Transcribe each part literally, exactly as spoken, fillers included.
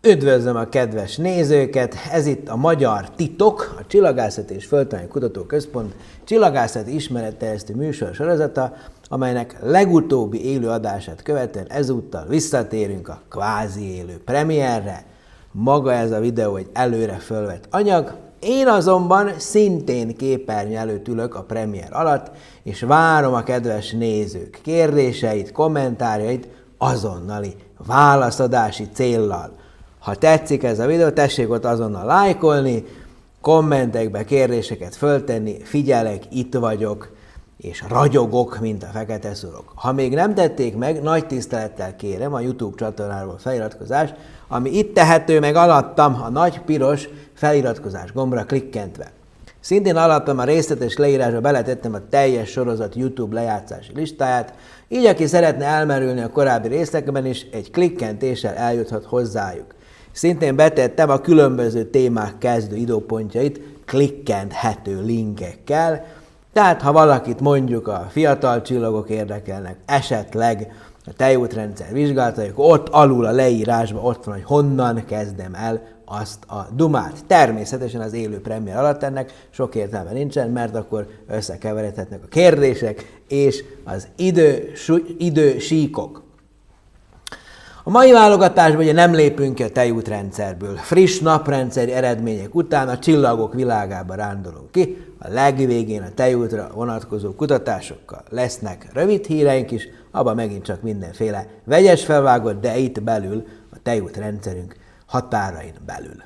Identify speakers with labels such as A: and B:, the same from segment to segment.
A: Üdvözlöm a kedves nézőket! Ez itt a Magyar Titok, a Csillagászati és Földtani Kutatóközpont csillagászati ismeretterjesztő műsor sorozata, amelynek legutóbbi élő adását követően ezúttal visszatérünk a kvázi élő premierre. Maga ez a videó egy előre fölvett anyag, én azonban szintén képernyő előtt ülök a premier alatt, és várom a kedves nézők kérdéseit, kommentárjait azonnali válaszadási céllal. Ha tetszik ez a videó, tessék ott azonnal lájkolni, kommentekbe kérdéseket föltenni, figyelek, itt vagyok, és ragyogok, mint a fekete szurok. Ha még nem tették meg, nagy tisztelettel kérem a YouTube csatornáról feliratkozást, ami itt tehető meg alattam a nagy piros feliratkozás gombra klikkentve. Szintén alattam a részletes leírásba beletettem a teljes sorozat YouTube lejátszási listáját, így aki szeretne elmerülni a korábbi részekben is, egy klikkentéssel eljuthat hozzájuk. Szintén betettem a különböző témák kezdő időpontjait klikkenthető linkekkel, tehát ha valakit mondjuk a fiatal csillagok érdekelnek, esetleg a tejútrendszer vizsgálatai, akkor ott alul a leírásban ott van, hogy honnan kezdem el azt a dumát. Természetesen az élő premier alatt ennek sok értelme nincsen, mert akkor összekeveredhetnek a kérdések és az idő, idő síkok. A mai válogatásban ugye nem lépünk ki a tejútrendszerből. Friss naprendszeri eredmények után a csillagok világába rándulunk ki, a legvégén a tejútra vonatkozó kutatásokkal lesznek rövid híreink is, abban megint csak mindenféle vegyes felvágott, de itt belül a tejútrendszerünk határain belül.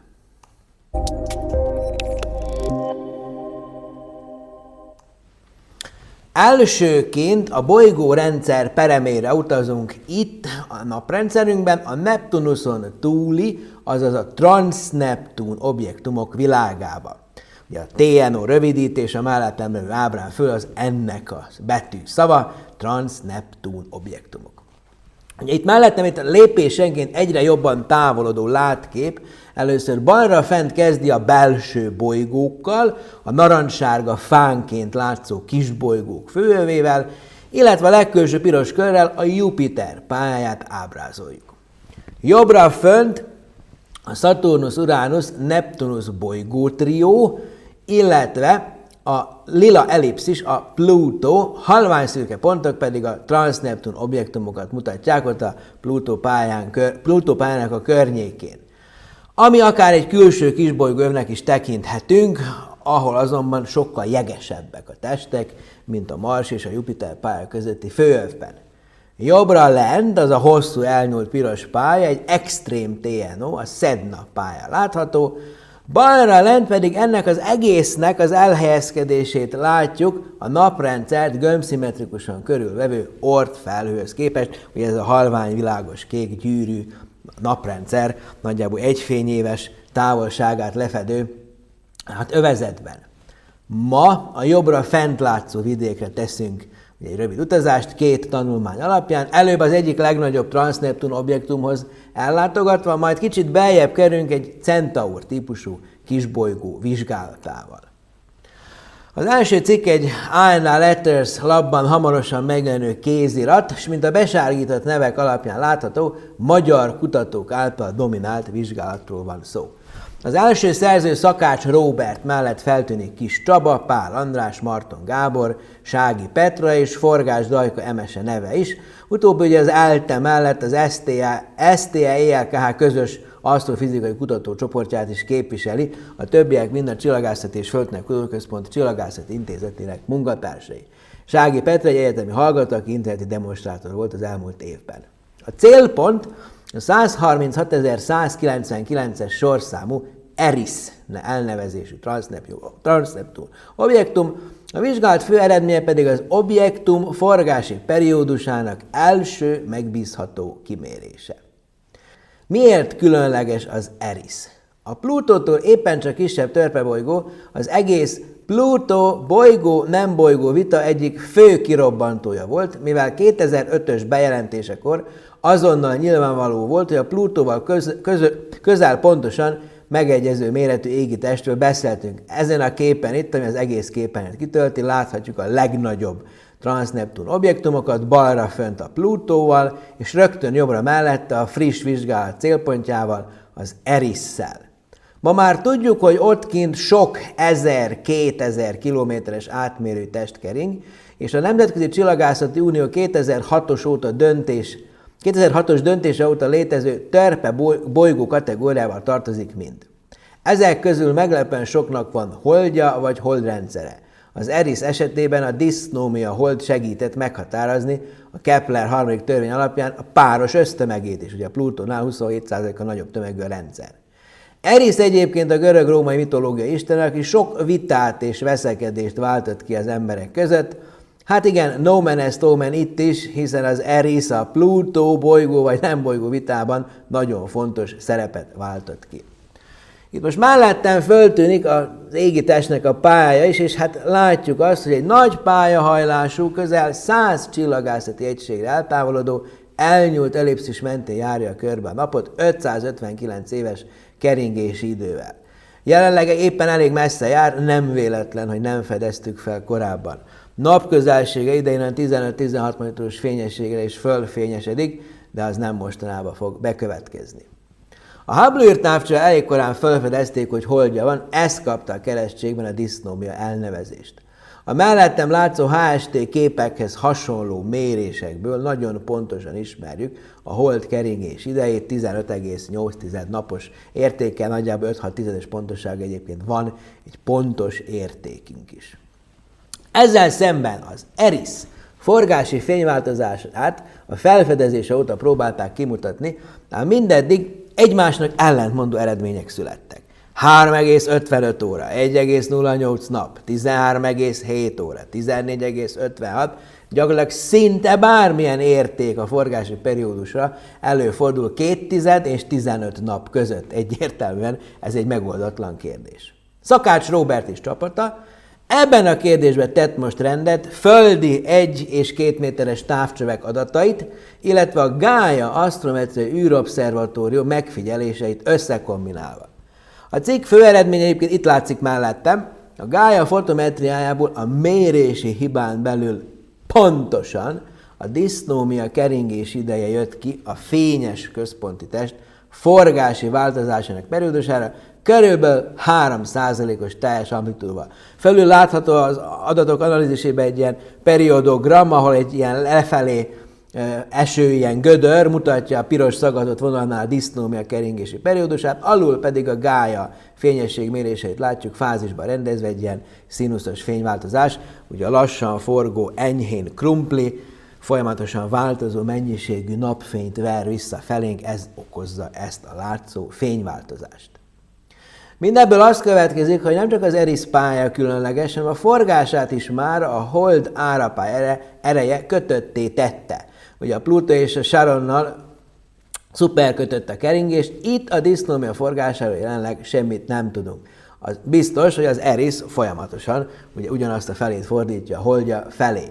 A: Elsőként a bolygórendszer peremére utazunk itt a naprendszerünkben, a Neptunuson túli, azaz a Trans-Neptun objektumok világába. Ugye a té en o rövidítés, a mellettem levő ábrán föl az ennek a betű szava, Trans-Neptun objektumok. Ugye itt mellettem itt a lépésenként egyre jobban távolodó látkép, először balra fent kezdi a belső bolygókkal, a narancssárga fánként látszó kisbolygók főövével, illetve a legkülső piros körrel a Jupiter pályáját ábrázoljuk. Jobbra fönt a Saturnus-Uranus-Neptunus bolygótrió, illetve a lila ellipszis, a Plutó, halványszürke pontok pedig a Trans-Neptun objektumokat mutatják ott a Plutó, pályán, Plutó pályának a környékén. Ami akár egy külső kisbolygóövnek is tekinthetünk, ahol azonban sokkal jegesebbek a testek, mint a Mars és a Jupiter pálya közötti főövben. Jobbra lent az a hosszú elnyúlt piros pálya, egy extrém té en o, a Sedna pálya látható, balra lent pedig ennek az egésznek az elhelyezkedését látjuk a naprendszert gömbszimmetrikusan körülvevő Oort felhőhöz képest, ugye ez a halvány világos kék gyűrű naprendszer nagyjából egy fényéves távolságát lefedő hát övezetben. Ma a jobbra fent látszó vidékre teszünk egy rövid utazást két tanulmány alapján, előbb az egyik legnagyobb Trans-Neptun objektumhoz ellátogatva, majd kicsit beljebb kerülünk egy Centaur típusú kisbolygó vizsgálatával. Az első cikk egy á en á Letters labban hamarosan megjelenő kézirat, és mint a besárgított nevek alapján látható, magyar kutatók által dominált vizsgálatról van szó. Az első szerző Szakács Róbert mellett feltűnik Kis Csaba, Pál András, Marton Gábor, Sági Petra és Forgás Dajka Emese neve is. Utóbbi ugye az ELTE mellett az es té é el ká há közös asztrofizikai kutatócsoportját is képviseli, a többiek mind a Csillagászati és Földtani Kutatóközpont Csillagászati Intézetének munkatársai. Sági Petra egy egyetemi hallgató, aki interneti demonstrátor volt az elmúlt évben. A célpont a százharminchatezer-százkilencvenkilences sorszámú ERIS elnevezésű Trans-Neptun objektum, a vizsgálat fő eredménye pedig az objektum forgási periódusának első megbízható kimérése. Miért különleges az ERIS? A Plutótól éppen csak kisebb törpebolygó, az egész Plutó bolygó-nem bolygó vita egyik fő kirobbantója volt, mivel kétezer-ötös bejelentésekor azonnal nyilvánvaló volt, hogy a Plutóval köz, köz, közel pontosan megegyező méretű égi testről beszéltünk. Ezen a képen itt, ami az egész képen kitölti, láthatjuk a legnagyobb Trans-Neptun objektumokat, balra fönt a Plutóval, és rögtön jobbra mellette a friss vizsgálat célpontjával az Erisszel. Ma már tudjuk, hogy ott kint sok ezer, kétezer kilométeres átmérő test kering, és a Nemzetközi Csillagászati Unió kétezer-hatos óta döntés, kétezer-hatos döntése óta létező törpe bolygó kategóriával tartozik mind. Ezek közül meglepően soknak van holdja vagy holdrendszere. Az Erisz esetében a disztnómia hold segített meghatározni a Kepler harmadik törvény alapján a páros össztömegét is, ugye a Plutónál huszonhét százalékkal nagyobb tömegű a rendszer. Erisz egyébként a görög-római mitológia istene, aki sok vitát és veszekedést váltott ki az emberek között. Hát igen, nomen est omen itt is, hiszen az Erisz a Plutó bolygó vagy nem bolygó vitában nagyon fontos szerepet váltott ki. Itt most mellettem föltűnik az égi testnek a pálya is, és hát látjuk azt, hogy egy nagy pályahajlású, közel száz csillagászati egységre eltávolodó, elnyúlt ellipszis mentén járja körbe a napot ötszázötvenkilenc éves keringési idővel. Jelenleg éppen elég messze jár, nem véletlen, hogy nem fedeztük fel korábban. Napközelsége idején tizenöt-tizenhat milliméteres fényességre is fölfényesedik, de az nem mostanában fog bekövetkezni. A Hubble űrtávcső elég korán felfedezték, hogy holdja van, ezt kapta a keresztségben a disztnómia elnevezést. A mellettem látszó há es té képekhez hasonló mérésekből nagyon pontosan ismerjük a hold keringés idejét, tizenöt egész nyolc napos értékkel, nagyjából öt-hat tizedes pontosság egyébként van, egy pontos értékünk is. Ezzel szemben az Erisz forgási fényváltozását a felfedezése óta próbálták kimutatni, ám mindeddig egymásnak ellentmondó eredmények születtek. három egész ötvenöt óra, egy egész nulla nyolc nap, tizenhárom egész hét óra, tizennégy egész ötvenhat, gyakorlatilag szinte bármilyen érték a forgási periódusra előfordul két tized és tizenöt nap között. Egyértelműen ez egy megoldatlan kérdés. Szakács Róbert és csapata ebben a kérdésben tett most rendet földi egy és két méteres távcsövek adatait, illetve a Gaia asztrometriai űrobszervatórium megfigyeléseit összekombinálva. A cikk fő eredménye egyébként itt látszik mellettem, a Gaia fotometriájából a mérési hibán belül pontosan a disztnómia keringés ideje jött ki a fényes központi test forgási változásának periódusára, körülbelül három százalékos teljes amplitúdával. Felül látható az adatok analízisében egy ilyen periodogram, ahol egy ilyen lefelé eső, ilyen gödör mutatja a piros szaggatott vonalnál a disztnómia keringési periódusát, alul pedig a Gaia fényesség méréseit látjuk fázisban rendezve, egy ilyen színuszos fényváltozás, ugye a lassan forgó, enyhén krumpli, folyamatosan változó mennyiségű napfényt ver vissza felénk, ez okozza ezt a látszó fényváltozást. Mindebből az következik, hogy nem csak az Erisz pálya különleges, hanem a forgását is már a hold árapály ereje kötötté tette. Ugye a Pluto és a Charonnal szuperkötött a keringést, itt a disztnómia forgásáról jelenleg semmit nem tudunk. Az biztos, hogy az Erisz folyamatosan ugye ugyanazt a felét fordítja a holdja felé.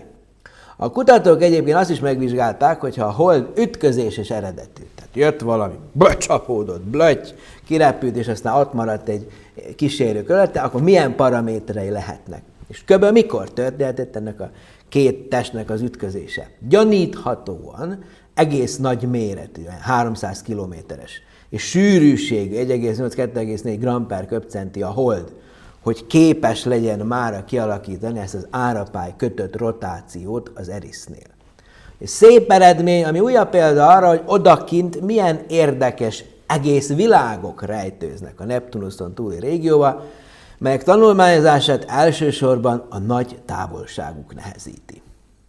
A: A kutatók egyébként azt is megvizsgálták, hogyha a hold ütközéses eredetű, tehát jött valami, becsapódott, blöty, kirepült, és aztán ott maradt egy kísérő körülötte, akkor milyen paraméterei lehetnek. És kb. Mikor történhetett ennek a két testnek az ütközése? Gyaníthatóan egész nagy méretű, háromszáz kilométeres, és sűrűségű egy egész nyolc - kettő egész négy gram per köbcenti a hold, hogy képes legyen mára kialakítani ezt az árapály kötött rotációt az Erisznél. És szép eredmény, ami újabb példa arra, hogy odakint milyen érdekes egész világok rejtőznek a Neptunuszon túli régióba, melyek tanulmányozását elsősorban a nagy távolságuk nehezíti.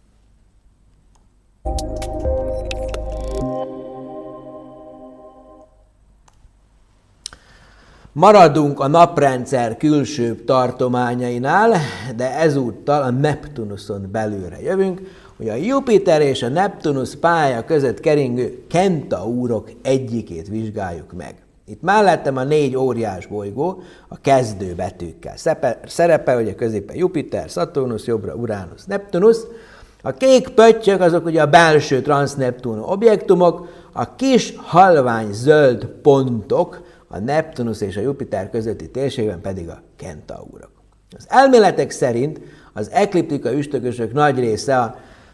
A: Maradunk a naprendszer külsőbb tartományainál, de ezúttal a Neptunuszon belülre jövünk, hogy a Jupiter és a Neptunusz pálya között keringő Kentaurok egyikét vizsgáljuk meg. Itt mellettem a négy óriás bolygó a kezdő betűkkel szerepel, ugye középen Jupiter, Szaturnusz, jobbra Uránusz, Neptunusz. A kék pöttyök azok ugye a belső transzneptun objektumok, a kis halvány zöld pontok a Neptunusz és a Jupiter közötti térségben pedig a Kentaurok. Az elméletek szerint az ekliptika üstökösök nagy része a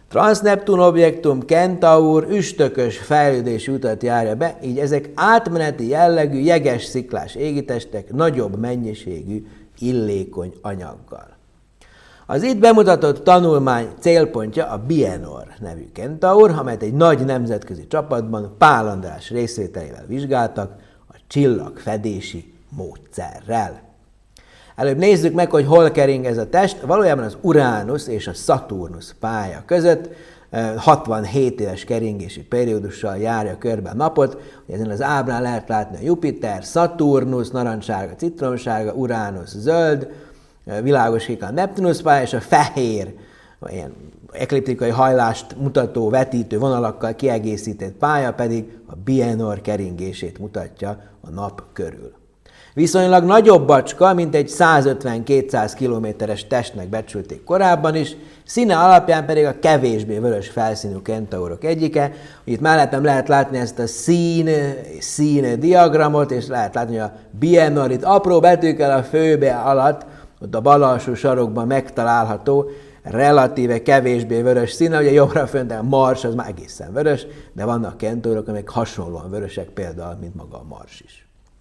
A: Transzneptun objektum Kentaur üstökös fejlődési utat járja be, így ezek átmeneti jellegű jeges sziklás égitestek nagyobb mennyiségű illékony anyaggal. Az itt bemutatott tanulmány célpontja a Bienor nevű kentaur, amelyet egy nagy nemzetközi csapatban Pál András részvételével vizsgáltak a csillagfedési módszerrel. Előbb nézzük meg, hogy hol kering ez a test. Valójában az Uránusz és a Szaturnusz pálya között hatvanhét éves keringési periódussal járja körbe a napot. Ezen az ábrán lehet látni a Jupiter, Szaturnusz, narancssárga, citromsárga, Uránusz zöld, világoskék a Neptunusz pálya, és a fehér, ilyen ekliptikai hajlást mutató, vetítő vonalakkal kiegészített pálya pedig a Bienor keringését mutatja a nap körül. Viszonylag nagyobb bacska, mint egy százötven-kétszáz kilométeres testnek becsülték korábban is, színe alapján pedig a kevésbé vörös felszínű kentaurok egyike. Itt mellettem lehet látni ezt a szín, szín diagramot, és lehet látni, hogy a Bienor itt apró betűkkel a főbe alatt, ott a bal alsó sarokban megtalálható, relatíve kevésbé vörös színe, ugye jobbra fönt a Mars az már egészen vörös, de vannak kentaurok, amelyek hasonlóan vörösek, például, mint maga a Mars is.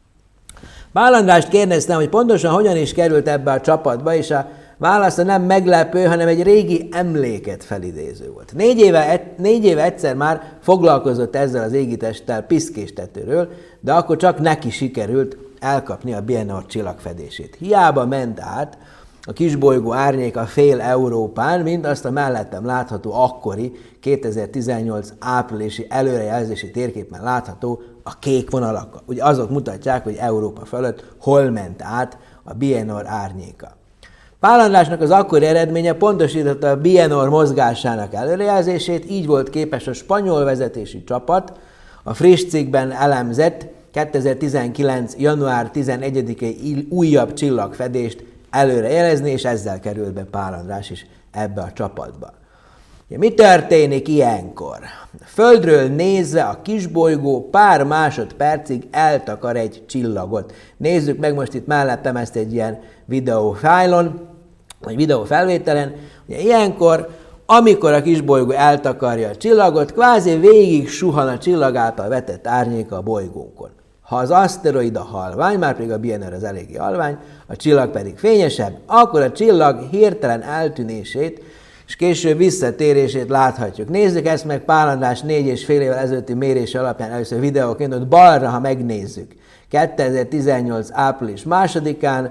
A: Pál Andrást kérdeztem, hogy pontosan hogyan is került ebbe a csapatba, és a válasza nem meglepő, hanem egy régi emléket felidéző volt. Négy éve, négy éve egyszer már foglalkozott ezzel az égitesttel piszkéstetőről, de akkor csak neki sikerült elkapni a Bienor csillagfedését. Hiába ment át a kisbolygó árnyéka fél Európán, mint azt a mellettem látható akkori kétezer-tizennyolc áprilisi előrejelzési térképen látható a kék vonalakkal. Ugye azok mutatják, hogy Európa fölött hol ment át a Bienor árnyéka. Pál Andrásnak az akkori eredménye pontosította a Bienor mozgásának előrejelzését, így volt képes a spanyol vezetési csapat a friss cikkben elemzett kétezer-tizenkilenc. január tizenegyedikei újabb csillagfedést előrejelezni, és ezzel került be Pál András is ebbe a csapatba. Ja, mi történik ilyenkor? Földről nézve a kisbolygó pár másodpercig eltakar egy csillagot. Nézzük meg most itt mellettem ezt egy ilyen videófájlon, vagy videófelvételen. Ugye ilyenkor, amikor a kisbolygó eltakarja a csillagot, kvázi végig suhan a csillag által vetett árnyéka a bolygónkon. Ha az aszteroida halvány, már pedig a Bienor az eléggé halvány, a csillag pedig fényesebb, akkor a csillag hirtelen eltűnését és később visszatérését láthatjuk. Nézzük ezt meg Pál András négy és fél évvel ezelőtti mérése alapján először videóként, ott balra, ha megnézzük. kétezer-tizennyolc. április másodikán,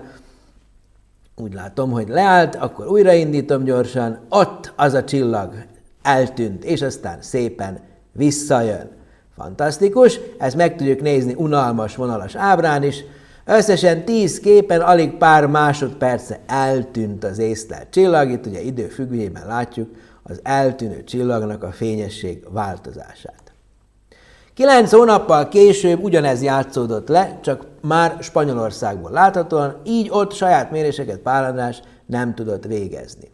A: úgy látom, hogy leállt, akkor újraindítom gyorsan, ott az a csillag eltűnt, és aztán szépen visszajön. Fantasztikus, ezt meg tudjuk nézni unalmas vonalas ábrán is. Összesen tíz képen alig pár másodperce eltűnt az észlelt csillag, itt ugye idő függvényében látjuk az eltűnő csillagnak a fényesség változását. Kilenc hónappal később ugyanez játszódott le, csak már Spanyolországból láthatóan, így ott saját méréseket Pál András nem tudott végezni.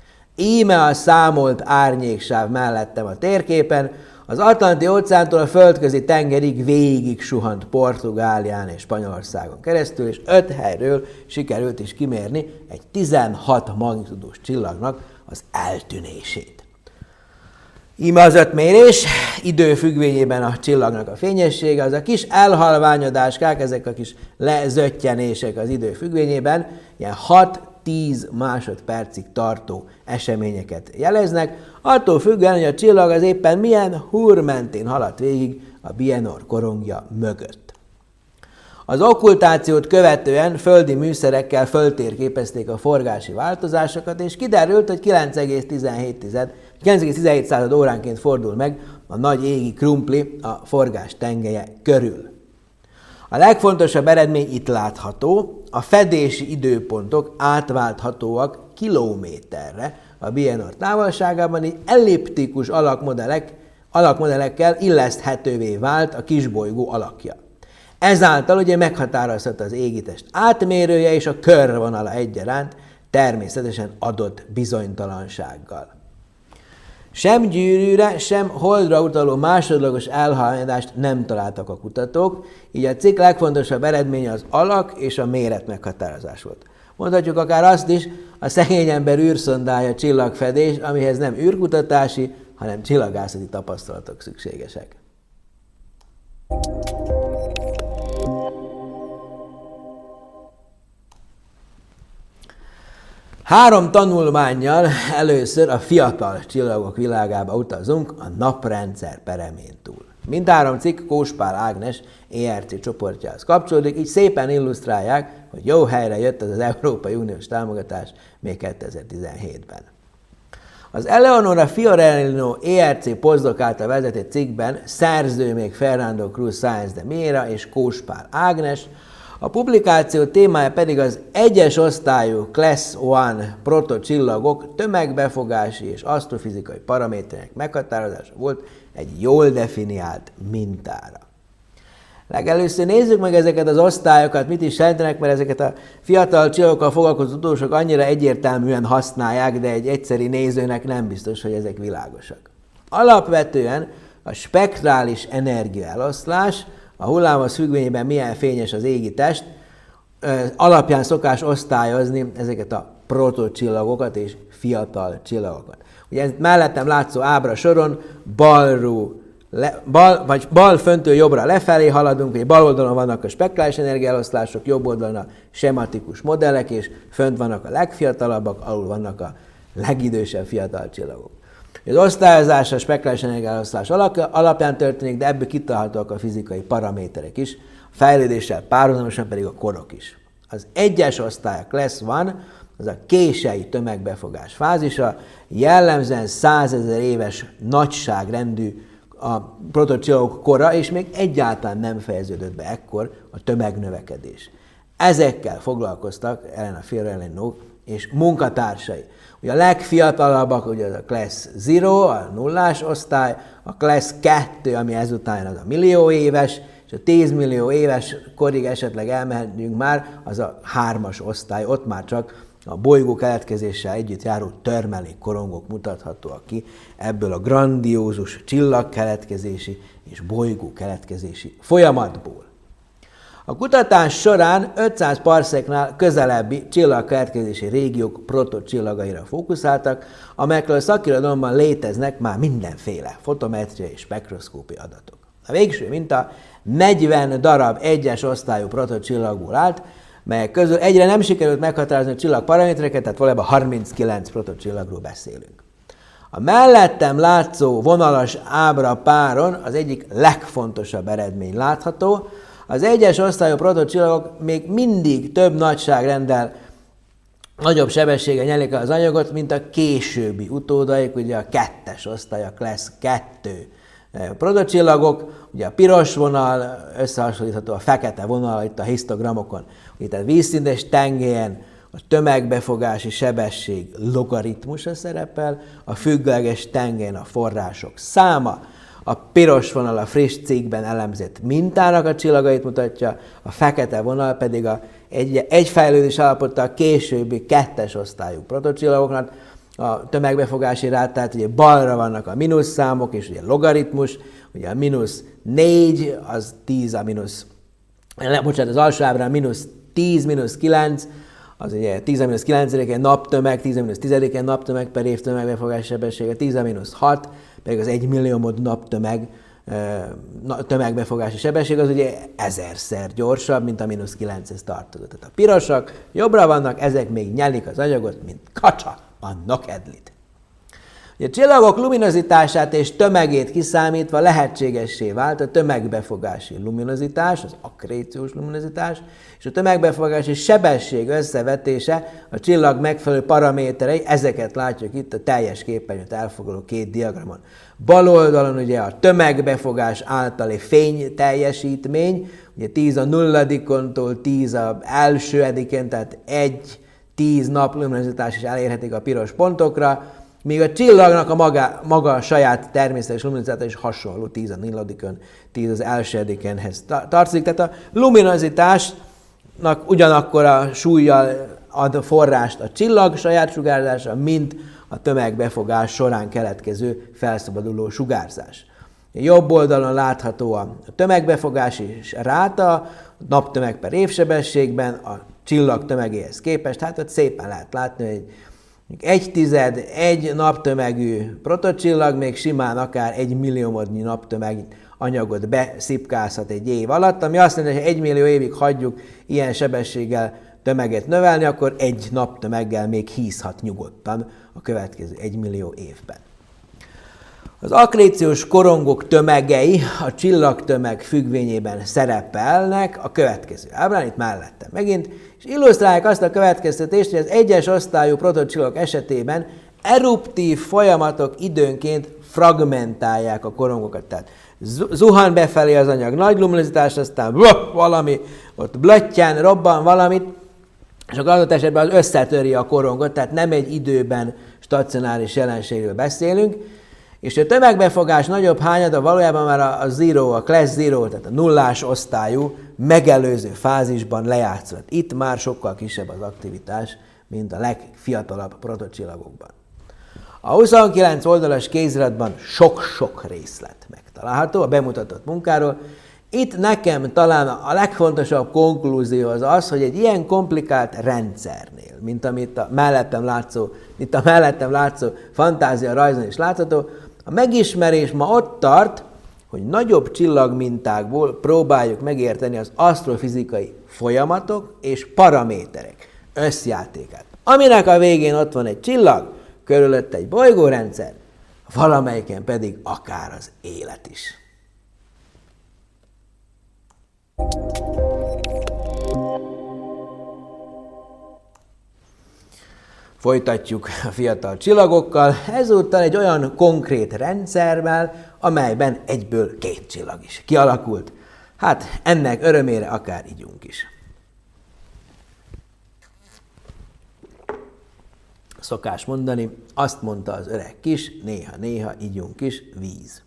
A: Íme a számolt árnyéksáv mellettem a térképen, az Atlanti-óceántól a földközi tengerig végig suhant Portugálián és Spanyolországon keresztül, és öt helyről sikerült is kimérni egy tizenhat magnitudós csillagnak az eltűnését. Íme az öt mérés, idő függvényében a csillagnak a fényessége, az a kis elhalványodáskák, ezek a kis lezöttyenések az idő függvényében, ilyen hat-tíz másodpercig tartó eseményeket jeleznek, attól függően, hogy a csillag az éppen milyen húr mentén haladt végig a Bienor korongja mögött. Az okkultációt követően földi műszerekkel föltérképezték a forgási változásokat, és kiderült, hogy kilenc egész tizenhét század óránként fordul meg a nagy égi krumpli a forgás tengelye körül. A legfontosabb eredmény itt látható, a fedési időpontok átválthatóak kilométerre a Bienor távolságában, így elliptikus alakmodellek, alakmodellekkel illeszthetővé vált a kisbolygó alakja. Ezáltal ugye meghatározhat az égitest átmérője és a körvonala egyaránt, természetesen adott bizonytalansággal. Sem gyűrűre, sem holdra utaló másodlagos elhalványodást nem találtak a kutatók, így a cikk legfontosabb eredménye az alak és a méret meghatározás volt. Mondhatjuk akár azt is, a szegény ember űrszondája csillagfedés, amihez nem űrkutatási, hanem csillagászati tapasztalatok szükségesek. Három tanulmánnyal először a fiatal csillagok világába utazunk a naprendszer peremén túl. Mindhárom cikk Kóspál Ágnes é er cé csoportjához kapcsolódik, így szépen illusztrálják, hogy jó helyre jött az az Európai Uniós támogatás még kétezer-tizenhétben. Az Eleonora Fiorellino é er cé posztdoc által vezetett cikkben szerző még Fernando Cruz Sáenz de Miera és Kóspál Ágnes, a publikáció témája pedig az egyes osztályú Class egy protocsillagok tömegbefogási és asztrofizikai paraméterének meghatározása volt egy jól definiált mintára. Legelőször nézzük meg ezeket az osztályokat, mit is jelentenek, mert ezeket a fiatal csillagokkal foglalkozó tudósok annyira egyértelműen használják, de egy egyszeri nézőnek nem biztos, hogy ezek világosak. Alapvetően a spektrális energiaeloszlás, a hullámhossz függvényében milyen fényes az égi test, alapján szokás osztályozni ezeket a protocsillagokat és fiatal csillagokat. Ugye ez mellettem látszó ábra soron balról, le, bal, vagy bal föntől jobbra lefelé haladunk, vagy bal oldalon vannak a spektrális energiaeloszlások, jobb oldalon a sematikus modellek, és fönt vannak a legfiatalabbak, alul vannak a legidősebb fiatal csillagok. Az osztályozás a spektrális energiaeloszlás alapján történik, de ebből kitalálhatóak a fizikai paraméterek is, a fejlődéssel párhuzamosan pedig a korok is. Az egyes osztály, a Class egy, az a kései tömegbefogás fázisa, jellemzően százezer éves nagyságrendű a protocsillagok kora, és még egyáltalán nem fejeződött be ekkor a tömegnövekedés. Ezekkel foglalkoztak Elena Fiorellino és munkatársai. Ugye a legfiatalabbak, ugye az a Class nulla, a nullás osztály, a Class kettő, ami ezután az a millió éves, és a tíz millió éves korig esetleg elmehetünk már, az a hármas osztály, ott már csak a bolygó keletkezéssel együtt járó törmelék korongok mutathatóak ki ebből a grandiózus csillagkeletkezési és bolygó keletkezési folyamatból. A kutatás során ötszáz parszeknál közelebbi csillagkeletkezési régiók protocsillagaira fókuszáltak, amelyekről a szakirodalomban léteznek már mindenféle fotometriai és spektroszkópiai adatok. A végső minta negyven darab egyes osztályú protocsillagból állt, melyek közül egyre nem sikerült meghatározni a csillag paramétereket, tehát valójában harminckilenc protocsillagról beszélünk. A mellettem látszó vonalas ábra páron az egyik legfontosabb eredmény látható. Az egyes osztályú protocsillagok még mindig több nagyságrenddel nagyobb sebességgel nyelik el az anyagot, mint a későbbi utódaik, ugye a kettes osztály, a Class kettő protocsillagok, ugye a piros vonal összehasonlítható a fekete vonal itt a histogramokon. Itt a vízszintes tengélyen a tömegbefogási sebesség logaritmusa szerepel, a függőleges tengélyen a források száma, a piros vonal a friss cikkben elemzett mintának a csillagait mutatja, a fekete vonal pedig a egy, egy fejlődés állapota a későbbi kettes osztályú protocsillagoknak, a tömegbefogási rátát, ugye balra vannak a mínusz számok, és ugye logaritmus, ugye a mínusz négy, az tíz a mínusz, bocsánat, az alsó ábrán mínusz tíz, mínusz kilenc, az ugye tíz a mínusz kilencedikén naptömeg, tíz a mínusz tizedikén naptömeg per év tömegbefogási sebessége, tíz a mínusz hat, pedig az egy milliómod naptömeg tömegbefogási sebesség, az ugye ezerszer gyorsabb, mint a mínusz kilenchez tartozó. Tehát a pirosak jobbra vannak, ezek még nyelik az anyagot, mint kacsa a nokedlit. A csillagok luminozitását és tömegét kiszámítva lehetségessé vált a tömegbefogási luminozitás, az akkréciós luminozitás, és a tömegbefogási sebesség összevetése a csillag megfelelő paraméterei, ezeket látjuk itt a teljes képernyőt elfoglaló két diagramon. Bal oldalon ugye a tömegbefogás általi fény teljesítmény, ugye tíz a nulladikontól tíz az elsődikén, tehát egy tíz nap luminozitás is elérhetik a piros pontokra, míg a csillagnak a maga, maga a saját természetes luminozitás is hasonló, tíz a nulladikon, tíz az elsődikenhez tartozik. Tehát a luminozitásnak ugyanakkor a súlyjal ad forrást a csillag saját sugárzása, mint a tömegbefogás során keletkező felszabaduló sugárzás. Jobb oldalon látható a tömegbefogási ráta, a naptömeg per évsebességben, a csillag tömegéhez képest. Hát ott szépen lehet látni, hogy egy tized, egy naptömegű protocsillag még simán akár egy milliómodnyi naptömeg anyagot beszipkázhat egy év alatt, ami azt jelenti, hogy ha egy millió évig hagyjuk ilyen sebességgel tömeget növelni, akkor egy naptömeggel még hízhat nyugodtan a következő egy millió évben. Az akréciós korongok tömegei a csillagtömeg függvényében szerepelnek a következő ábrán, itt mellettem megint, és illusztrálják azt a következtetést, hogy az egyes osztályú protocsillagok esetében eruptív folyamatok időnként fragmentálják a korongokat. Tehát zuhan befelé az anyag nagy luminozitás, aztán valami, ott blöttyen robban valamit, és akkor adott esetben az összetöri a korongot, tehát nem egy időben stacionáris jelenségről beszélünk, és a tömegbefogás nagyobb hányada valójában már a, a zero, a class zero, tehát a nullás osztályú megelőző fázisban lejátszott. Itt már sokkal kisebb az aktivitás, mint a legfiatalabb protocsillagokban. A huszonkilenc oldalas kéziratban sok-sok részlet megtalálható a bemutatott munkáról. Itt nekem talán a legfontosabb konklúzió az az, hogy egy ilyen komplikált rendszernél, mint amit a mellettem látszó, itt a mellettem látszó fantázia rajzon is látható, a megismerés ma ott tart, hogy nagyobb csillagmintákból próbáljuk megérteni az asztrofizikai folyamatok és paraméterek összjátékát, aminek a végén ott van egy csillag, körülött egy bolygórendszer, valamelyiken pedig akár az élet is. Folytatjuk a fiatal csillagokkal, ezúttal egy olyan konkrét rendszerrel, amelyben egyből két csillag is kialakult. Hát ennek örömére akár igyunk is. Szokás mondani, azt mondta az öreg kis, néha-néha igyunk is, víz.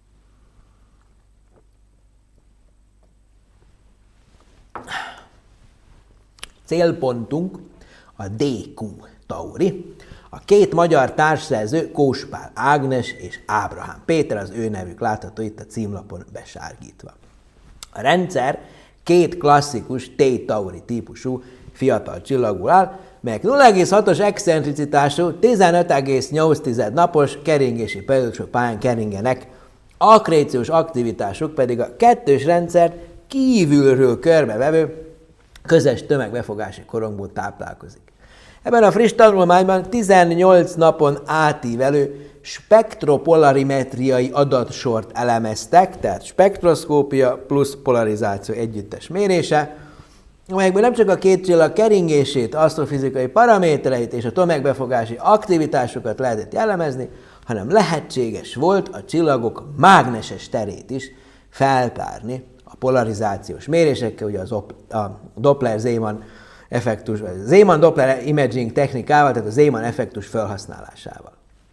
A: Célpontunk a dé kú Tauri. A két magyar társszerző, Kóspál Ágnes és Ábrahám Péter, az ő nevük látható itt a címlapon besárgítva. A rendszer két klasszikus T-Tauri típusú fiatal csillagból áll, melyek nulla egész hatos excentricitású, tizenöt egész nyolc napos keringési periódusú pályán keringenek, akréciós aktivitásuk pedig a kettős rendszert kívülről körbevevő közös tömegbefogási korongból táplálkozik. Ebben a friss tanulmányban tizennyolc napon átívelő spektropolarimetriai adatsort elemeztek, tehát spektroszkópia plusz polarizáció együttes mérése, amelyekből nem csak a két csillag keringését, asztrofizikai paramétereit és a tömegbefogási aktivitásokat lehetett jellemezni, hanem lehetséges volt a csillagok mágneses terét is feltárni a polarizációs mérésekkel, ugye az op- a Doppler-Zeeman effektus, vagy Zeeman-Doppler imaging technikával, tehát a Zeeman effektus felhasználásával.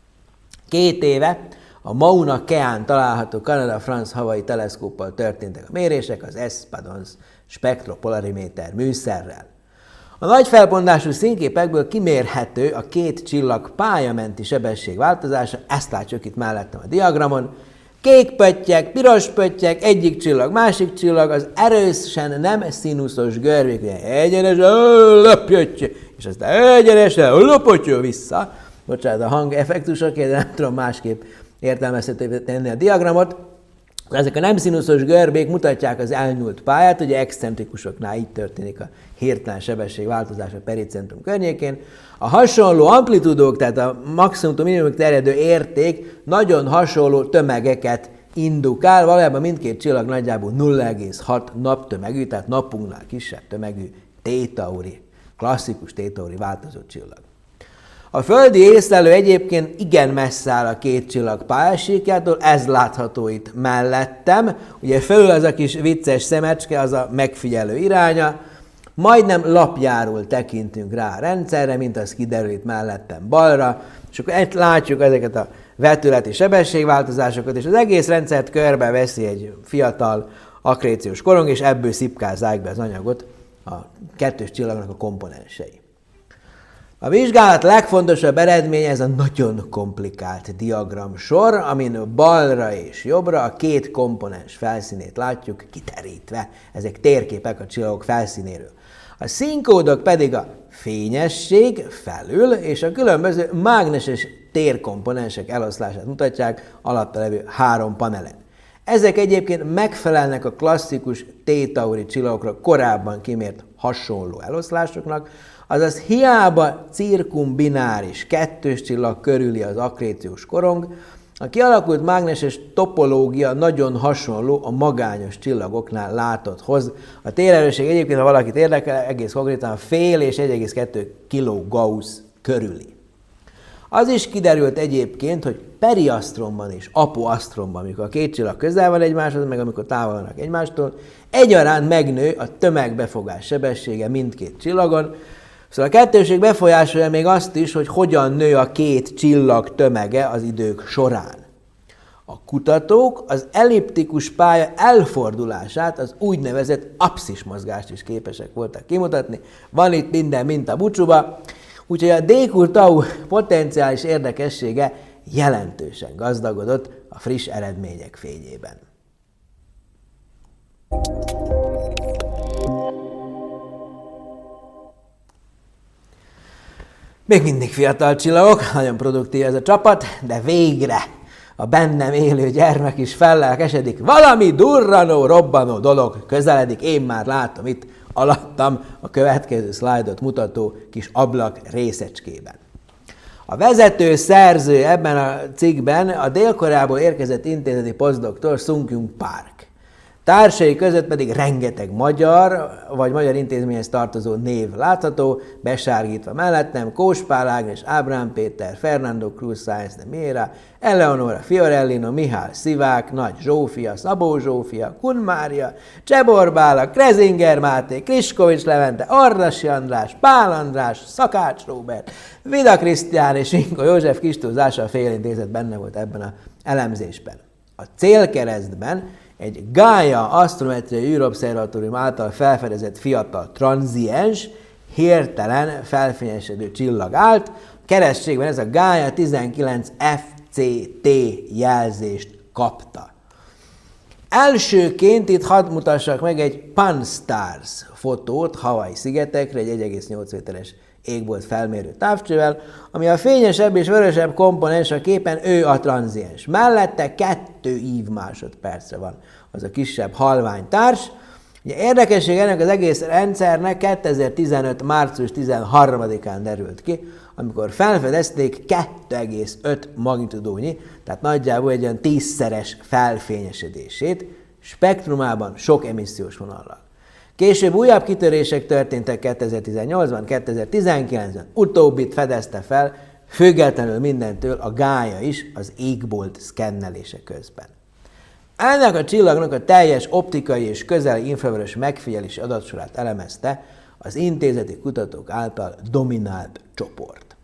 A: Két éve a Mauna Keán található Kanada-France-Hawaii teleszkóppal történtek a mérések az ESPADONS spektropolariméter műszerrel. A nagy felbontású színképekből kimérhető a két csillag pályamenti sebesség változása, ezt látjuk itt mellettem a diagramon. Kék pöttyek, piros pöttyek, egyik csillag, másik csillag, az erősen nem színuszos görbék, egyenesen löpjöttyö, és aztán egyenesen löpöttyö vissza. Bocsánat, a hangeffektusokért, de nem tudom másképp értelmezhetővé tenni a diagramot. Ezek a nem színuszos görbék mutatják az elnyúlt pályát, ugye excentrikusoknál így történik a hirtelen sebességváltozás a pericentrum környékén. A hasonló amplitúdók, tehát a maximum minimum terjedő érték nagyon hasonló tömegeket indukál, valójában mindkét csillag nagyjából nulla egész hat naptömegű, tehát napunknál kisebb tömegű T-Tauri, klasszikus T-Tauri változó csillag. A földi észlelő egyébként igen messze áll a két csillag pályasíkjától, ez látható itt mellettem. Ugye fölül az a kis vicces szemecske, az a megfigyelő iránya. Majdnem lapjáról tekintünk rá a rendszerre, mint az kiderül itt mellettem balra. És akkor itt látjuk ezeket a vetületi sebességváltozásokat, és az egész rendszert körbe veszi egy fiatal akréciós korong, és ebből szipkázzák be az anyagot a kettős csillagnak a komponensei. A vizsgálat legfontosabb eredménye ez a nagyon komplikált diagramsor, amin balra és jobbra a két komponens felszínét látjuk kiterítve. Ezek térképek a csillagok felszínéről. A színkódok pedig a fényesség felül és a különböző mágneses térkomponensek eloszlását mutatják alatta levő három panelen. Ezek egyébként megfelelnek a klasszikus T-Tauri csillagokra korábban kimért hasonló eloszlásoknak, azaz hiába cirkumbináris kettős csillag körüli az akréciós korong, a kialakult mágneses topológia nagyon hasonló a magányos csillagoknál látotthoz. A térerősség egyébként, ha valakit érdekel, egész konkrétan fél és egy egész kettő kiló Gauss körüli. Az is kiderült egyébként, hogy periasztromban és apoasztromban, amikor a két csillag közel van egymáshoz, meg amikor távol vannak egymástól, egyaránt megnő a tömegbefogás sebessége mindkét csillagon. Szóval a kettőség befolyásolja még azt is, hogy hogyan nő a két csillag tömege az idők során. A kutatók az elliptikus pálya elfordulását, az úgynevezett apszis mozgást is képesek voltak kimutatni. Van itt minden, mint a bucsuba, úgyhogy a D-Q-Tau potenciális érdekessége jelentősen gazdagodott a friss eredmények fényében. Még mindig fiatal csillagok, nagyon produktív ez a csapat, de végre a bennem élő gyermek is fellelkesedik. Valami durranó, robbanó dolog közeledik, én már látom itt alattam a következő szlájdot mutató kis ablak részecskében. A vezető szerző ebben a cikkben a Dél-Koreából érkezett intézeti posztdoktor Sung-Kyung Park. Társai között pedig rengeteg magyar, vagy magyar intézményhez tartozó név látható, besárgítva mellettem: Kós Pál Ágnes, Ábrám Péter, Fernando Cruz Sáenz de Miera, Eleonora Fiorellino, Mihály Szivák, Nagy Zsófia, Szabó Zsófia, Kun Mária, Csebor Bála, Krezinger Máté, Kriskovics Levente, Arrasi András, Pál András, Szakács Róbert, Vida Krisztián és Ingo József kis túlzással a félintézet benne volt ebben az elemzésben. A célkeresztben egy Gaia Asztrometriai űrobszervatórium által felfedezett fiatal tranziens, hirtelen felfényesedő csillag állt. Keresztségben ez a Gaia tizenkilenc F C T jelzést kapta. Elsőként itt hadd mutassak meg egy Pan-STARRS fotót Hawaii szigetekre, egy egy egész nyolc méteres égbolt felmérő távcsővel, ami a fényesebb és vörösebb komponens a képen, ő a tranziens. Mellette kettő ív másodpercre van az a kisebb halvány társ. Ugye érdekesség ennek az egész rendszernek kétezer-tizenöt március tizenharmadikán derült ki, amikor felfedezték kettő egész öt magnitudónyi, tehát nagyjából egy olyan tízszeres felfényesedését, spektrumában sok emissziós vonallal. Később újabb kitörések történtek kétezer-tizennyolcban, kétezer-tizenkilencben, utóbbit fedezte fel, függetlenül mindentől a Gaia is az égbolt szkennelése közben. Ennek a csillagnak a teljes optikai és közeli infravörös megfigyelési adatsorát elemezte az intézeti kutatók által dominált csoport.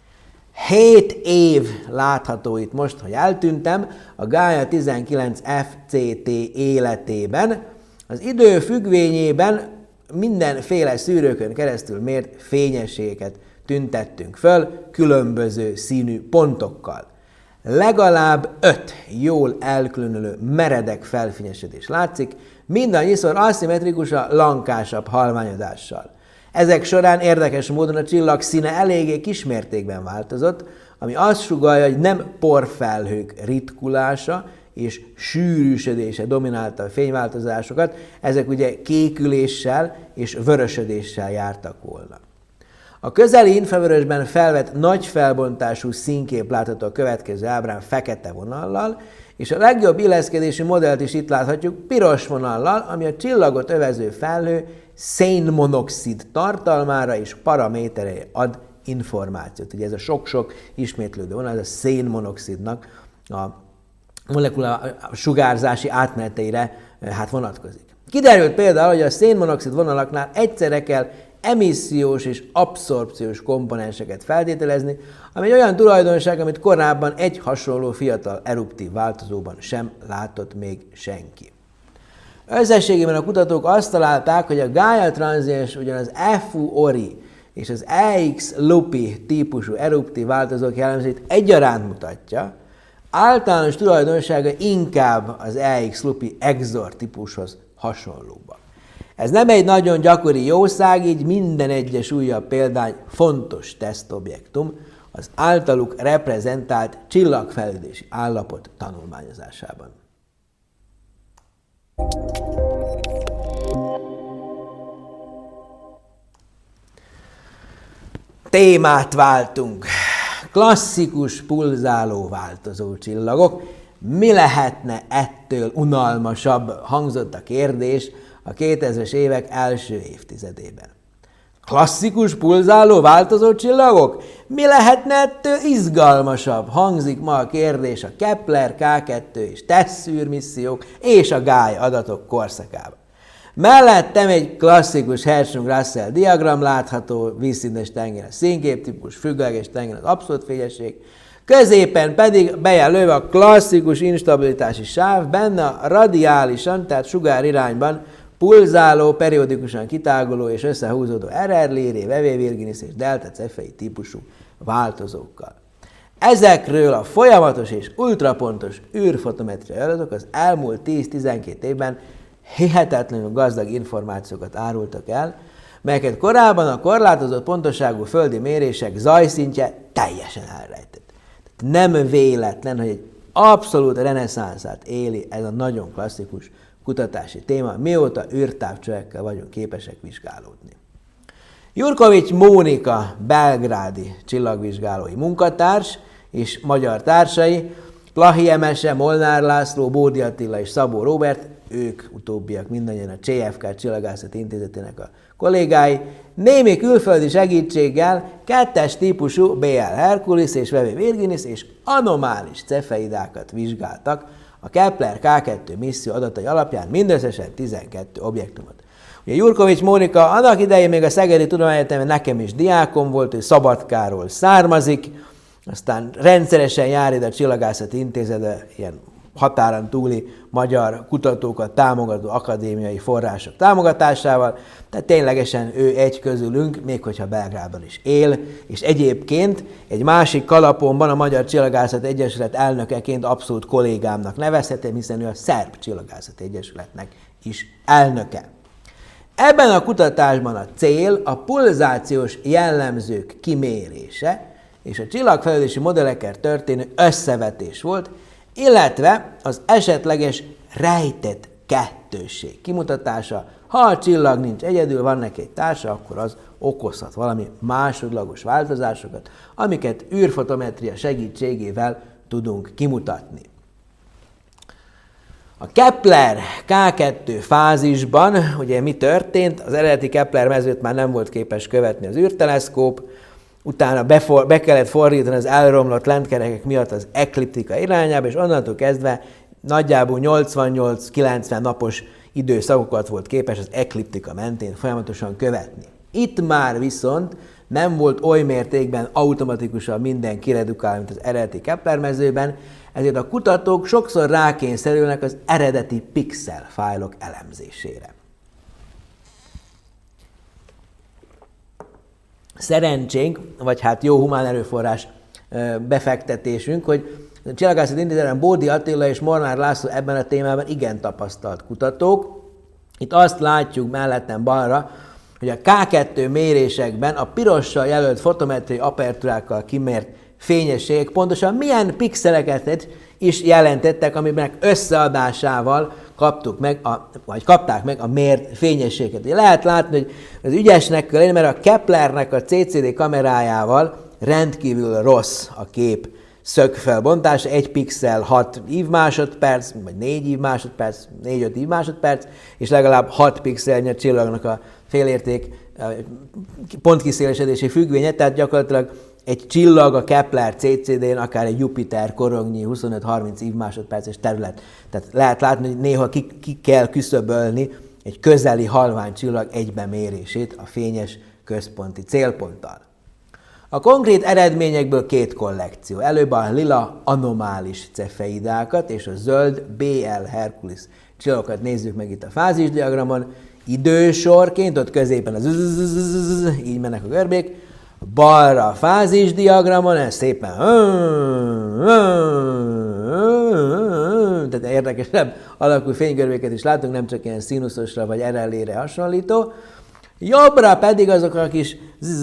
A: Hét év látható itt most, hogy eltűntem, a Gaia tizenkilenc F C T életében. Az idő függvényében mindenféle szűrőkön keresztül mért fényességeket tüntettünk föl különböző színű pontokkal. Legalább öt jól elkülönülő meredek felfényesedés látszik, mindannyiszor aszimmetrikusan lankásabb halványodással. Ezek során érdekes módon a csillag színe eléggé kismértékben változott, ami azt sugallja, hogy nem porfelhők ritkulása és sűrűsödése dominálta a fényváltozásokat, ezek ugye kéküléssel és vörösödéssel jártak volna. A közeli infravörösben felvett nagy felbontású színkép látható a következő ábrán fekete vonallal, és a legjobb illeszkedési modellt is itt láthatjuk piros vonallal, ami a csillagot övező felhő szénmonoxid tartalmára és paraméterei ad információt. Ugye ez a sok-sok ismétlődő vonal, ez a szénmonoxidnak a molekula sugárzási átmeneteire hát vonatkozik. Kiderült például, hogy a szénmonoxid vonalaknál egyszerre kell emissziós és abszorpciós komponenseket feltételezni, ami egy olyan tulajdonság, amit korábban egy hasonló fiatal eruptív változóban sem látott még senki. Összességében a kutatók azt találták, hogy a Gaia tranziens ugyanaz F U Ori és az E X Lupi típusú eruptív változók jellemzőit egyaránt mutatja, általános tulajdonsága inkább az E X Lupi Exor típushoz hasonlóbbak. Ez nem egy nagyon gyakori jószág, így minden egyes újabb példány fontos tesztobjektum az általuk reprezentált csillagfejlődési állapot tanulmányozásában. Témát váltunk. Klasszikus pulzáló változó csillagok. Mi lehetne ettől unalmasabb, hangzott a kérdés a kétezres évek első évtizedében. Klasszikus pulzáló változó csillagok? Mi lehetne ettől izgalmasabb? Hangzik ma a kérdés a Kepler, K kettő és TESS űrmissziók és a Gaia adatok korszakában. Mellettem egy klasszikus Hertzsprung-Russell diagram látható, vízszínes tengeren színképtípus, függőleges tengeren az abszolút fényesség, középen pedig bejelölve a klasszikus instabilitási sáv, benne a radiálisan, tehát sugárirányban pulzáló, periódikusan kitáguló és összehúzódó er er Lyrae, Wavell Virginis és Delta Cephei típusú változókkal. Ezekről a folyamatos és ultrapontos űrfotometriai adatok az elmúlt tíz-tizenkét évben hihetetlenül gazdag információkat árultak el, melyeket korábban a korlátozott pontosságú földi mérések zajszintje teljesen elrejtett. Nem véletlen, hogy egy abszolút reneszánszát éli ez a nagyon klasszikus kutatási téma, mióta űrtávcsövekkel vagyunk képesek vizsgálódni. Jurkovics Mónika belgrádi csillagvizsgálói munkatárs és magyar társai, Plahi Emese, Molnár László, Bódi Attila és Szabó Róbert, ők utóbbiak mindannyian a cé ef ká Csillagászati Intézetének a kollégái, némi külföldi segítséggel kettes típusú bé el Hercules és Wavell Virginis és anomális cefeidákat vizsgáltak a Kepler K kettő misszió adatai alapján mindösszesen tizenkét objektumot. Ugye Jurkovics Mónika annak idején még a Szegedi Tudományegyetemen nekem is diákom volt, ő Szabadkáról származik, aztán rendszeresen jár ide a Csillagászati Intézetbe ilyen határon túli magyar kutatókat támogató akadémiai források támogatásával, tehát ténylegesen ő egy közülünk, még hogyha Belgrádban is él, és egyébként egy másik kalapomban a Magyar Csillagászati Egyesület elnökeként abszolút kollégámnak nevezhetem, hiszen ő a Szerb Csillagászati Egyesületnek is elnöke. Ebben a kutatásban a cél a pulzációs jellemzők kimérése és a csillagfejlődési modellekkel történő összevetés volt, illetve az esetleges rejtett kettősség kimutatása. Ha a csillag nincs egyedül, van neki egy társa, akkor az okozhat valami másodlagos változásokat, amiket űrfotometria segítségével tudunk kimutatni. A Kepler K kettő fázisban ugye mi történt? Az eredeti Kepler mezőt már nem volt képes követni az űrteleszkóp, utána befor, be kellett fordítani az elromlott lentkerekek miatt az ekliptika irányába, és onnantól kezdve nagyjából nyolcvannyolc-kilencven napos időszakokat volt képes az ekliptika mentén folyamatosan követni. Itt már viszont nem volt oly mértékben automatikusan minden kiredukálva, mint az eredeti Kepler mezőben, ezért a kutatók sokszor rákényszerülnek az eredeti pixel fájlok elemzésére. Szerencsénk, vagy hát jó humán erőforrás befektetésünk, hogy a Csillagászati Intézetben Bódi Attila és Molnár László ebben a témában igen tapasztalt kutatók. Itt azt látjuk mellettem balra, hogy a K kettő mérésekben a pirossal jelölt fotometriai apertúrákkal kimért fényességek pontosan milyen pixeleket is jelentettek, amiben összeadásával kaptuk meg a, vagy kapták meg a mért fényességet. Lehet látni, hogy az ügyesnek kell lenni, mert a Keplernek a cé cé dé kamerájával rendkívül rossz a kép szögfelbontása, egy pixel hat ívmásodperc, vagy négy ívmásodperc, négy-öt ívmásodperc, és legalább hat pixelnyi a csillagnak a félérték pontkiszélesedési függvénye, tehát gyakorlatilag egy csillag a Kepler cé cé dén akár egy Jupiter korongnyi huszonöt-harminc ívmásodperces terület. Tehát lehet látni, hogy néha ki, ki kell küszöbölni egy közeli halvány csillag egybemérését a fényes központi célponttal. A konkrét eredményekből két kollekció. Előbb a lila anomális cefeidákat és a zöld bé el Hercules csillagokat nézzük meg itt a fázisdiagramon. idősorként, ott középen az így mennek a görbék, balra a fázisdiagramon, ez szépen tehát érdekesebb alakú fénygörbéket is látunk, nem csak ilyen színuszosra vagy er el é-re hasonlító. Jobbra pedig azok a kis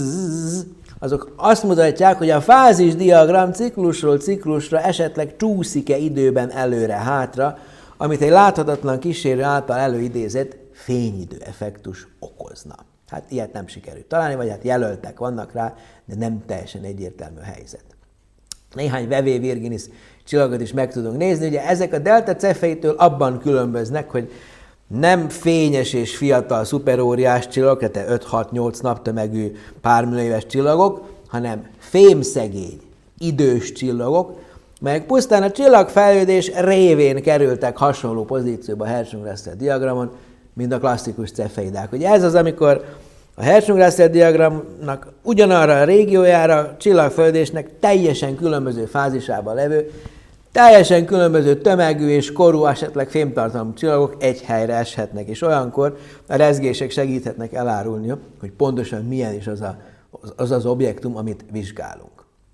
A: azok azt mutatják, hogy a fázisdiagram ciklusról ciklusra esetleg csúszik-e időben előre-hátra, amit egy láthatatlan kísérő által előidézett fényidő effektus okozna. Hát ilyet nem sikerült találni, vagy hát jelöltek vannak rá, de nem teljesen egyértelmű a helyzet. Néhány Vevé Virginis csillagot is meg tudunk nézni. Ugye ezek a delta Cephei-től abban különböznek, hogy nem fényes és fiatal szuperóriás csillagok, tehát öt-hat-nyolc naptömegű pármillió éves csillagok, hanem fémszegény, idős csillagok, melyek pusztán a csillagfejlődés révén kerültek hasonló pozícióba a Hertzsprung-Russell diagramon, mint a klasszikus cefeidák. Ugye ez az, amikor a Hertzsprung-Russell diagramnak ugyanarra a régiójára, csillagfejlődésnek teljesen különböző fázisában levő, teljesen különböző tömegű és korú, esetleg fémtartalmú csillagok egy helyre eshetnek, és olyankor a rezgések segíthetnek elárulni, hogy pontosan milyen is az a, az, az objektum, amit vizsgálunk.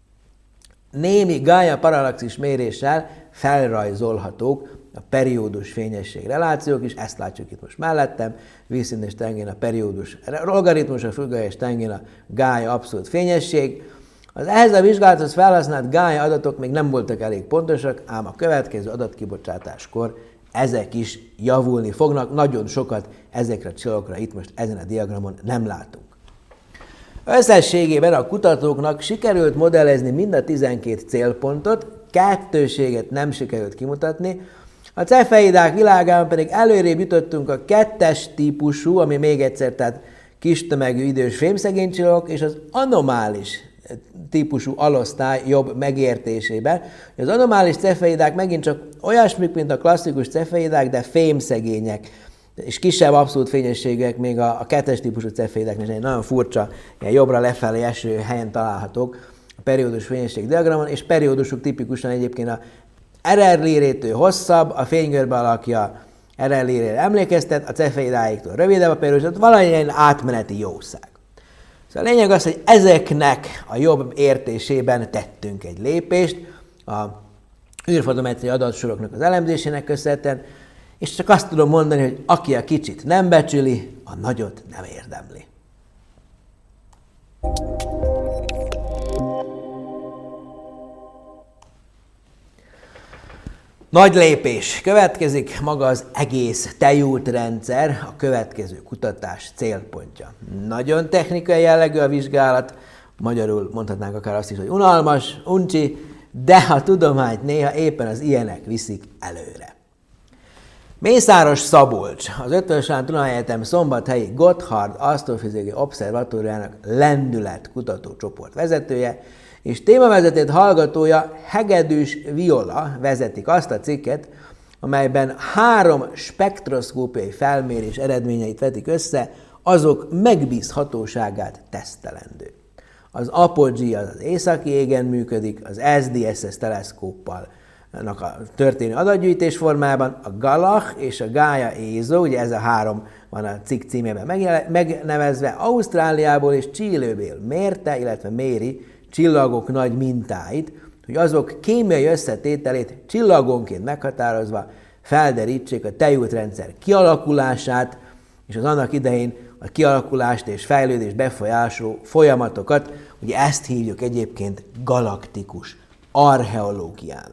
A: Némi Gaia paralaxis méréssel felrajzolhatók a periódus fényesség relációk is, ezt látjuk itt most mellettem, vízszint és tengén a periódus logaritmus, a függő és tengén a Gaia abszolút fényesség. Az ehhez a vizsgálathoz felhasznált Gaia adatok még nem voltak elég pontosak, ám a következő adatkibocsátáskor ezek is javulni fognak. Nagyon sokat ezekre a csillagokra itt most ezen a diagramon nem látunk. Összességében a kutatóknak sikerült modellezni mind a tizenkét célpontot, kettőséget nem sikerült kimutatni, a cefeidák világában pedig előrébb jutottunk a kettes típusú, ami még egyszer, tehát kis tömegű idős fémszegény csillagok, és az anomális típusú alosztály jobb megértésében. Az anomális cefeidák megint csak olyasmik, mint a klasszikus cefeidák, de fémszegények, és kisebb abszolút fényességek még a, a kettes típusú cefeideknek, egy nagyon furcsa, ilyen jobbra lefelé eső helyen találhatók a periódus fényesség diagramon, és periódusuk tipikusan egyébként a er el é-rétől hosszabb, a fénygörbe alakja er el é-re emlékeztet, a cefeidáiktól rövidebb a periódus, tehát valamilyen átmeneti jószág. Szóval a lényeg az, hogy ezeknek a jobb értésében tettünk egy lépést a űrfotometriai adatsoroknak az elemzésének köszönhetően, és csak azt tudom mondani, hogy aki a kicsit nem becsüli, a nagyot nem érdemli. Nagy lépés következik, maga az egész tejútrendszer, a következő kutatás célpontja. Nagyon technikai jellegű a vizsgálat, magyarul mondhatnánk akár azt is, hogy unalmas, uncsi, de a tudományt néha éppen az ilyenek viszik előre. Mészáros Szabolcs, az Ötvös Tudományegyetem szombathelyi Gotthard Asztrofizikai Obszervatóriának lendület kutatócsoport vezetője, és témavezetőt hallgatója Hegedűs Viola vezetik azt a cikket, amelyben három spektroszkópiai felmérés eredményeit vetik össze, azok megbízhatóságát tesztelendő. Az Apogee az, az északi égen működik, az es dé es es teleszkóppal a történő adatgyűjtés formában, a Galach és a Gaia Ézo, ugye ez a három van a cikk címében megnevezve, Ausztráliából és Chiléből mérte, illetve méri csillagok nagy mintáit, hogy azok kémiai összetételét csillagonként meghatározva felderítsék a tejútrendszer kialakulását, és az annak idején a kialakulást és fejlődést befolyásoló folyamatokat, ugye ezt hívjuk egyébként galaktikus archeológiának.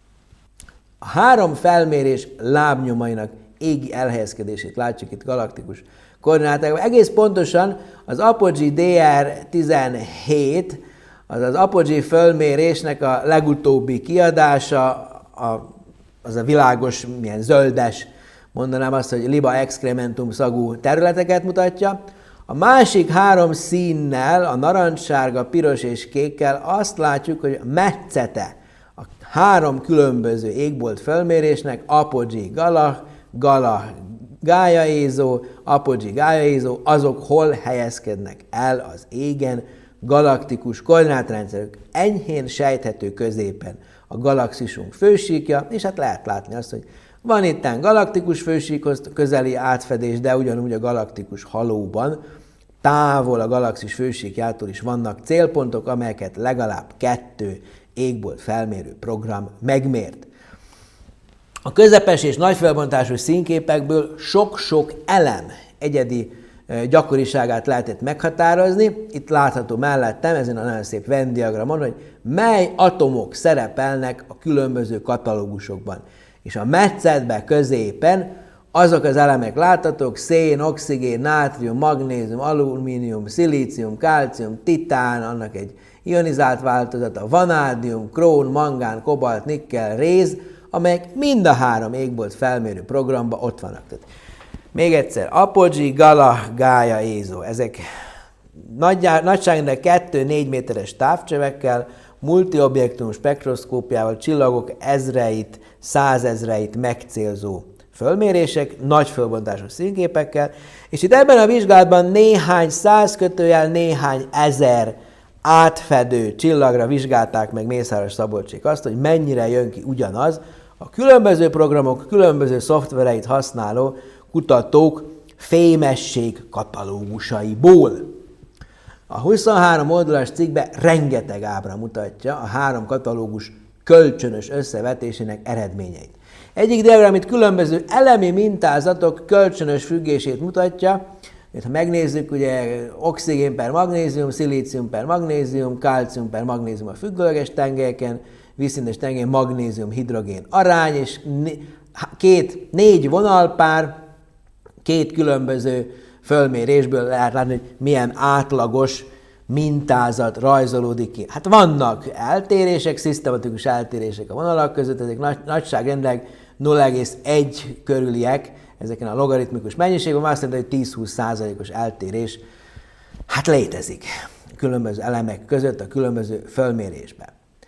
A: A három felmérés lábnyomainak égi elhelyezkedését látjuk itt galaktikus koordinátákban. Egész pontosan az Apogee dé er tizenhét, az az Apogee fölmérésnek a legutóbbi kiadása, a, az a világos, milyen zöldes, mondanám azt, hogy liba excrementum szagú területeket mutatja. A másik három színnel, a narancssárga, piros és kékkel azt látjuk, hogy metszete a három különböző égbolt fölmérésnek, Apogee Galach, Galach Gaia Ézo, Apogee Gaia Ézo, azok hol helyezkednek el az égen, galaktikus koordinátrendszerük enyhén sejthető középen a galaxisunk fősíkja, és hát lehet látni azt, hogy Van itten galaktikus fősíkhoz közeli átfedés, de ugyanúgy a galaktikus halóban távol a galaxis fősíkjától is vannak célpontok, amelyeket legalább kettő égbolt felmérő program megmért. A közepes és nagy felbontású színképekből sok-sok elem egyedi gyakoriságát lehetett meghatározni. Itt látható mellettem, ezen a nagyon szép Venn diagramon, hogy mely atomok szerepelnek a különböző katalógusokban. És a metszetben középen azok az elemek láthatók: szén, oxigén, nátrium, magnézium, alumínium, szilícium, kálcium, titán, annak egy ionizált változata, vanádium, krón, mangán, kobalt, nikkel, réz, amelyek mind a három égbolt felmérő programban ott vannak. Tehát még egyszer, Apogee, Gala, Gaia, Ézo. Ezek nagyságrendileg kettő-négy méteres távcsövekkel, multiobjektum spektroszkópiával, csillagok ezreit, százezreit megcélzó fölmérések, nagy fölbontású színképekkel, és itt ebben a vizsgálatban néhány száz kötőjel, néhány ezer átfedő csillagra vizsgálták meg Mészáros Szabolcsék azt, hogy mennyire jön ki ugyanaz a különböző programok, különböző szoftvereit használó kutatók fémesség katalógusaiból. A huszonhárom oldalas cikkben rengeteg ábra mutatja a három katalógus kölcsönös összevetésének eredményeit. Egyik diagram itt különböző elemi mintázatok kölcsönös függését mutatja. Ha megnézzük, ugye oxigén per magnézium, szilícium per magnézium, kálcium per magnézium a függőleges tengelyeken, vízszintes tengelyen magnézium-hidrogén arány, és két, négy vonalpár, két különböző fölmérésből lehet látni, hogy milyen átlagos mintázat rajzolódik ki. Hát vannak eltérések, szisztematikus eltérések a vonalak között, ezek nagy, nagyságrendileg nulla egész egy körüliek, ezeken a logaritmikus mennyiségben, már azt jelenti, hogy tíz-húsz százalékos eltérés hát létezik a különböző elemek között a különböző fölmérésben.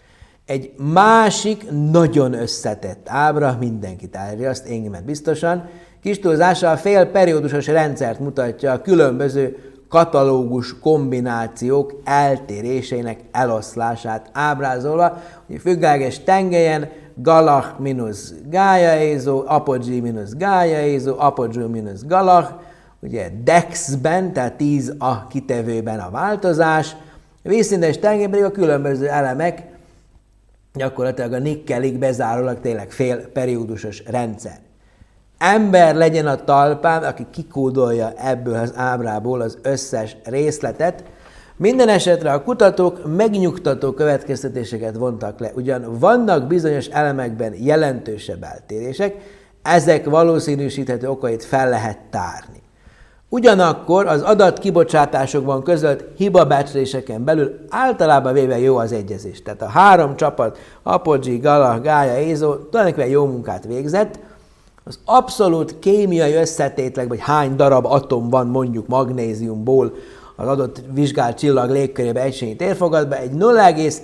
A: Egy másik nagyon összetett ábra, mindenkit elriaszt, engem biztosan, kis túlzással a félperiódusos rendszert mutatja a különböző katalógus kombinációk eltéréseinek eloszlását ábrázolva, hogy függőleges tengelyen Galach mínusz Gaia Ézo, Apogee mínusz Gaia Ézo, Apogee mínusz Galach, ugye Dexben, tehát tíz a kitevőben a változás, vízszintes tengelyen pedig a különböző elemek, gyakorlatilag a nikkelig bezárólag tényleg félperiódusos rendszer. Ember legyen a talpán, aki kikódolja ebből az ábrából az összes részletet. Minden esetre a kutatók megnyugtató következtetéseket vontak le, ugyan vannak bizonyos elemekben jelentősebb eltérések, ezek valószínűsíthető okait fel lehet tárni. Ugyanakkor az adatkibocsátásokban közölt hibabecsléseken belül általában véve jó az egyezés. Tehát a három csapat, Apogee, Galach, Gaia, Ézo tulajdonképpen jó munkát végzett. Az abszolút kémiai összetétlek, vagy hány darab atom van mondjuk magnéziumból az adott vizsgált csillag légkörébe egységnyi térfogatban, egy nulla egész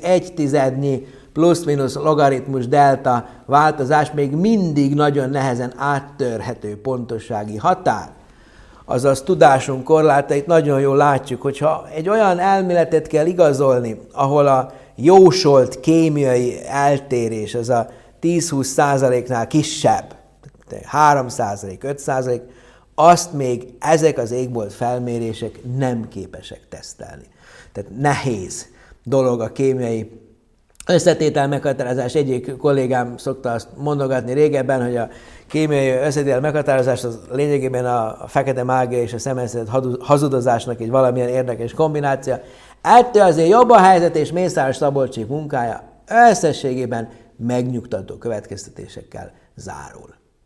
A: egy plusz-minusz logaritmus delta változás még mindig nagyon nehezen áttörhető pontossági határ. Azaz tudásunk korlátait nagyon jól látjuk, hogyha egy olyan elméletet kell igazolni, ahol a jósolt kémiai eltérés az a tíz-húsz százaléknál kisebb, három százalék, öt százalék, azt még ezek az égbolt felmérések nem képesek tesztelni. Tehát nehéz dolog a kémiai összetétel meghatározás. Egyik kollégám szokta azt mondogatni régebben, hogy a kémiai összetétel meghatározás az lényegében a fekete mágia és a szemeszedett hazudozásnak egy valamilyen érdekes kombináció. Ettől azért jobb a helyzet, és Mészáros Szabolcsék munkája összességében megnyugtató következtetésekkel zárul.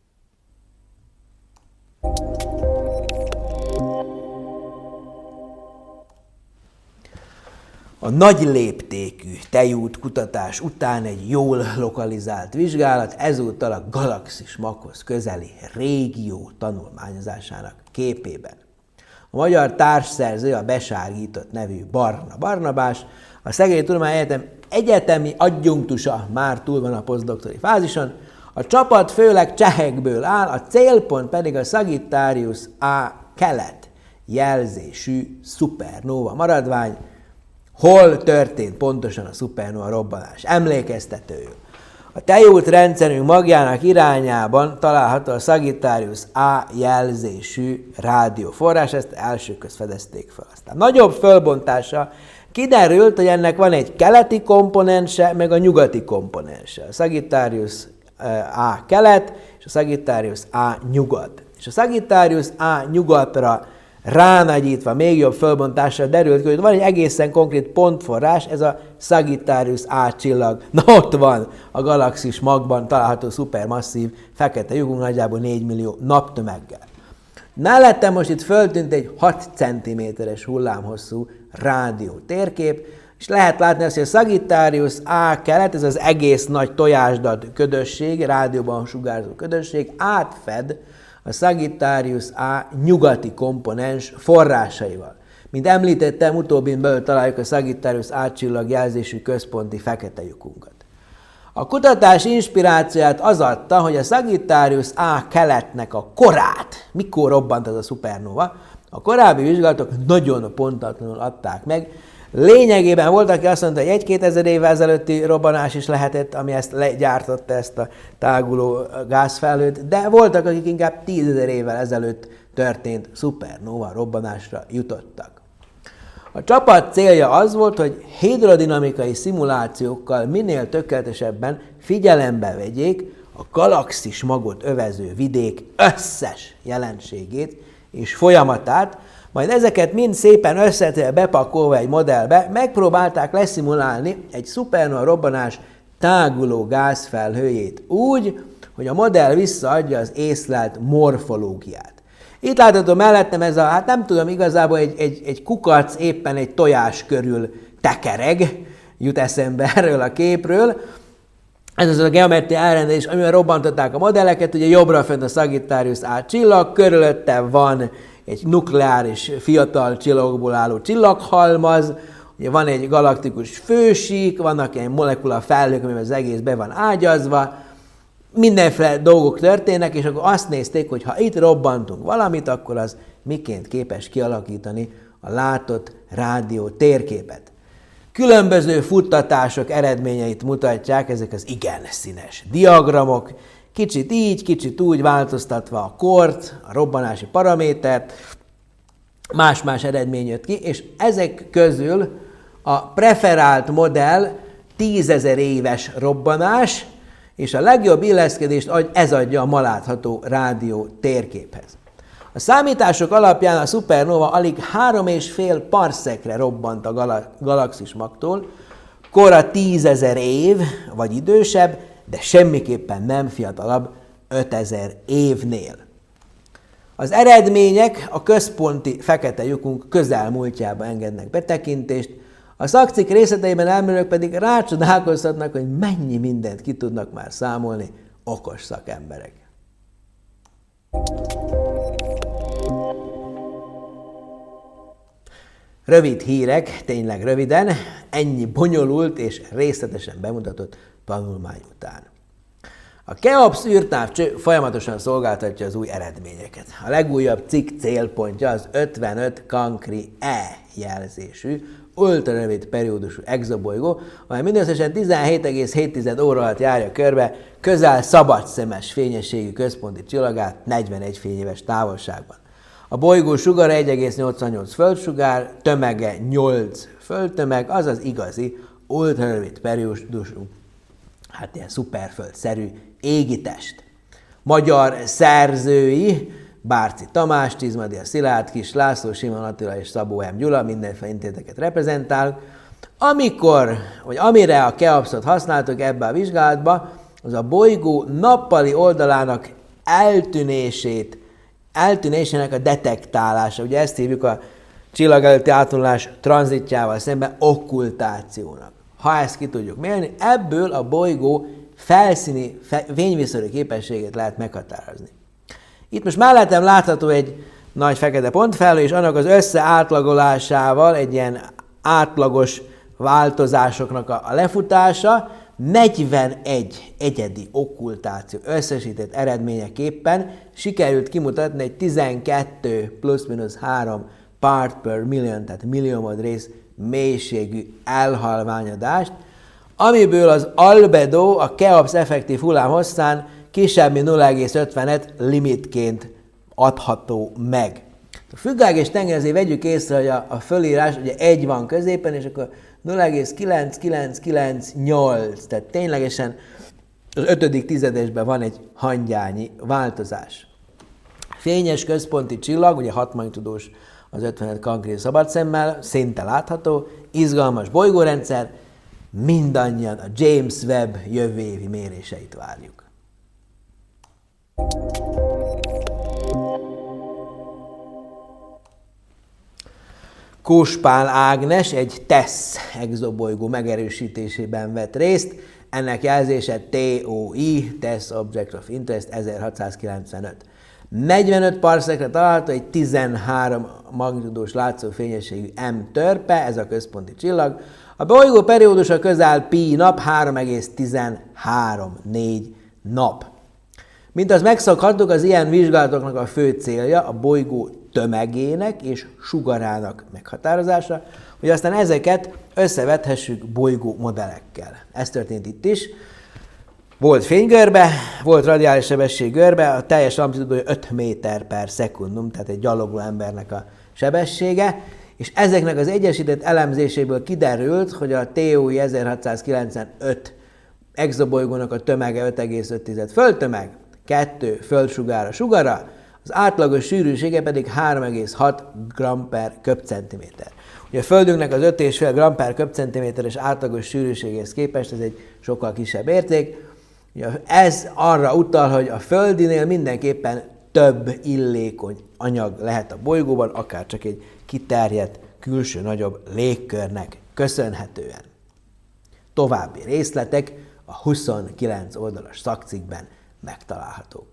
A: A nagy léptékű tejút kutatás után egy jól lokalizált vizsgálat ezúttal a galaxis maghoz közeli régió tanulmányozásának képében. A magyar társszerző a Besárgított nevű Barna Barnabás, a Szegedi Tudományegyetem egyetemi adjunktusa, már túl van a posztdoktori fázison. A csapat főleg csehekből áll, a célpont pedig a Sagittarius A kelet jelzésű szupernóva maradvány. Hol történt pontosan a szupernóva robbanás? Emlékeztetőül. A tejút rendszerünk magjának irányában található a Sagittarius A jelzésű rádióforrás, ezt első köz fedezték fel. Aztán nagyobb fölbontása kiderült, hogy ennek van egy keleti komponense, meg a nyugati komponense. A Sagittarius A kelet, és a Sagittarius A nyugat. És a Sagittarius A nyugatra ránagyítva, még jobb fölbontásra derült ki, hogy van egy egészen konkrét pontforrás, ez a Sagittarius A csillag. Na ott van a galaxis magban található szupermasszív fekete lyukunk, nagyjából négy millió naptömeggel. Mellette most itt föltűnt egy hat centiméteres hullámhosszú rádió térkép, és lehet látni azt, hogy a Sagittarius A kelet, ez az egész nagy tojásdad ködösség, rádióban sugárzó ködösség, átfed a Sagittarius A nyugati komponens forrásaival. Mint említettem, utóbbin belül találjuk a Sagittarius A csillag jelzésű központi fekete lyukunkat. A kutatás inspirációját az adta, hogy a Sagittarius A keletnek a korát, mikor robbant ez a szupernóva, a korábbi vizsgálatok nagyon pontatlanul adták meg. Lényegében volt, aki azt mondta, hogy egy-kétezer évvel ezelőtti robbanás is lehetett, ami ezt legyártotta, ezt a táguló gázfelhőt, de voltak, akik inkább tízezer évvel ezelőtt történt szupernóva robbanásra jutottak. A csapat célja az volt, hogy hidrodinamikai szimulációkkal minél tökéletesebben figyelembe vegyék a galaxis magot övező vidék összes jelenségét és folyamatát, majd ezeket mind szépen összetéve bepakolva egy modellbe, megpróbálták leszimulálni egy szupernova robbanás táguló gázfelhőjét úgy, hogy a modell visszaadja az észlelt morfológiát. Itt látható mellettem ez a, hát nem tudom, igazából egy, egy, egy kukac éppen egy tojás körül tekereg, jut eszembe erről a képről. Ez az a geometriai elrendelés, amivel robbantották a modelleket, ugye jobbra fönt a Sagittarius A csillag, körülötte van egy nukleáris fiatal csillagokból álló csillaghalmaz, ugye van egy galaktikus fősík, vannak ilyen molekula felhők, amivel az egész be van ágyazva, mindenféle dolgok történnek, és akkor azt nézték, hogy ha itt robbantunk valamit, akkor az miként képes kialakítani a látott rádió térképet. Különböző futtatások eredményeit mutatják, ezek az igen színes diagramok, kicsit így, kicsit úgy változtatva a kort, a robbanási paramétert, más-más eredmény jött ki, és ezek közül a preferált modell tízezer éves robbanás, és a legjobb illeszkedést ez adja a ma látható rádió térképhez. A számítások alapján a szupernova alig három és fél parszekre robbant a gala- galaxis magtól, kora tízezer év, vagy idősebb, de semmiképpen nem fiatalabb ötezer évnél. Az eredmények a központi fekete lyukunk közelmúltjába engednek betekintést, a szakcikk részleteiben elmerülők pedig rácsodálkozhatnak, hogy mennyi mindent ki tudnak már számolni okos szakemberek. Rövid hírek, tényleg röviden, ennyi bonyolult és részletesen bemutatott tanulmány után. A Keops űrtávcső folyamatosan szolgáltatja az új eredményeket. A legújabb cikk célpontja az ötvenöt Cancri E jelzésű, ultrarövid periódusú exobolygó, amely mindösszesen tizenhét egész hét óra alatt járja körbe közel szabadszemes fényességű központi csillagát negyvenegy fényéves távolságban. A bolygó sugara egy egész nyolcvannyolc földsugár, tömege nyolc földtömeg, azaz igazi, ultrarövid periódusú, hát ilyen szuperföldszerű égitest. Magyar szerzői, Bárci Tamás, Csizmadia Szilárd, Kis László, Simon Attila és Szabó M. Gyula mindenféle intézeteket reprezentál. Amikor, vagy amire a Keopsot használtuk ebbe a vizsgálatba, az a bolygó nappali oldalának eltűnését, eltűnésének a detektálása. Ugye ezt hívjuk a csillag előtti átvonulás tranzitjával szemben okkultációnak. Ha ezt ki tudjuk mérni, ebből a bolygó felszíni fényviszonyú képességét lehet meghatározni. Itt most mellettem látható egy nagy fekete pontfelhő, és annak az összeátlagolásával egy ilyen átlagos változásoknak a lefutása, negyvenegy egyedi okkultáció összesített eredményeképpen sikerült kimutatni egy tizenkettő plusz-minusz három part per million, tehát milliómod rész mélységű elhalványodást, amiből az albedo a Cheops effektív hullám hosszán kisebb, mint nulla egész ötvenet limitként adható meg. A függág és tenger, azért vegyük észre, hogy a, a fölírás ugye egy van középen, és akkor nulla egész kilenc kilenc kilenc nyolc, tehát ténylegesen az ötödik tizedesben van egy hangyányi változás. Fényes központi csillag, ugye hat magnitudós az ötvenet konkrét szabadszemmel, szinte látható, izgalmas bolygórendszer, mindannyian a James Webb jövő évi méréseit várjuk. Kóspál Ágnes egy TESS exobolygó megerősítésében vett részt, ennek jelzése té o i, TESS Object of Interest ezerhatszázkilencvenöt. negyvenöt parszekre található egy tizenhárom magnitudós látszófényességű M törpe, ez a központi csillag. A bolygó periódusa közel pi nap, három egész tizenhárom-négy nap. Mint azt megszokhattuk, az ilyen vizsgálatoknak a fő célja a bolygó tömegének és sugarának meghatározása, hogy aztán ezeket összevethessük bolygó modellekkel. Ez történt itt is. Volt fénygörbe, volt radiális sebesség görbe, a teljes amplitúdója öt méter per szekundum, tehát egy gyalogoló embernek a sebessége, és ezeknek az egyesített elemzéséből kiderült, hogy a té o i ezerhatszázkilencvenöt exobolygónak a tömege öt egész öt földtömeg, kettő földsugára sugara, az átlagos sűrűsége pedig három egész hat gram per köbcentiméter. Ugye a Földünknek az öt egész öt gram per köbcentiméteres átlagos sűrűségéhez képest ez egy sokkal kisebb érték. Ugye ez arra utal, hogy a Földinél mindenképpen több illékony anyag lehet a bolygóban, akár csak egy kiterjedt, külső nagyobb légkörnek köszönhetően. További részletek a huszonkilenc oldalas szakcikkben megtalálhatók.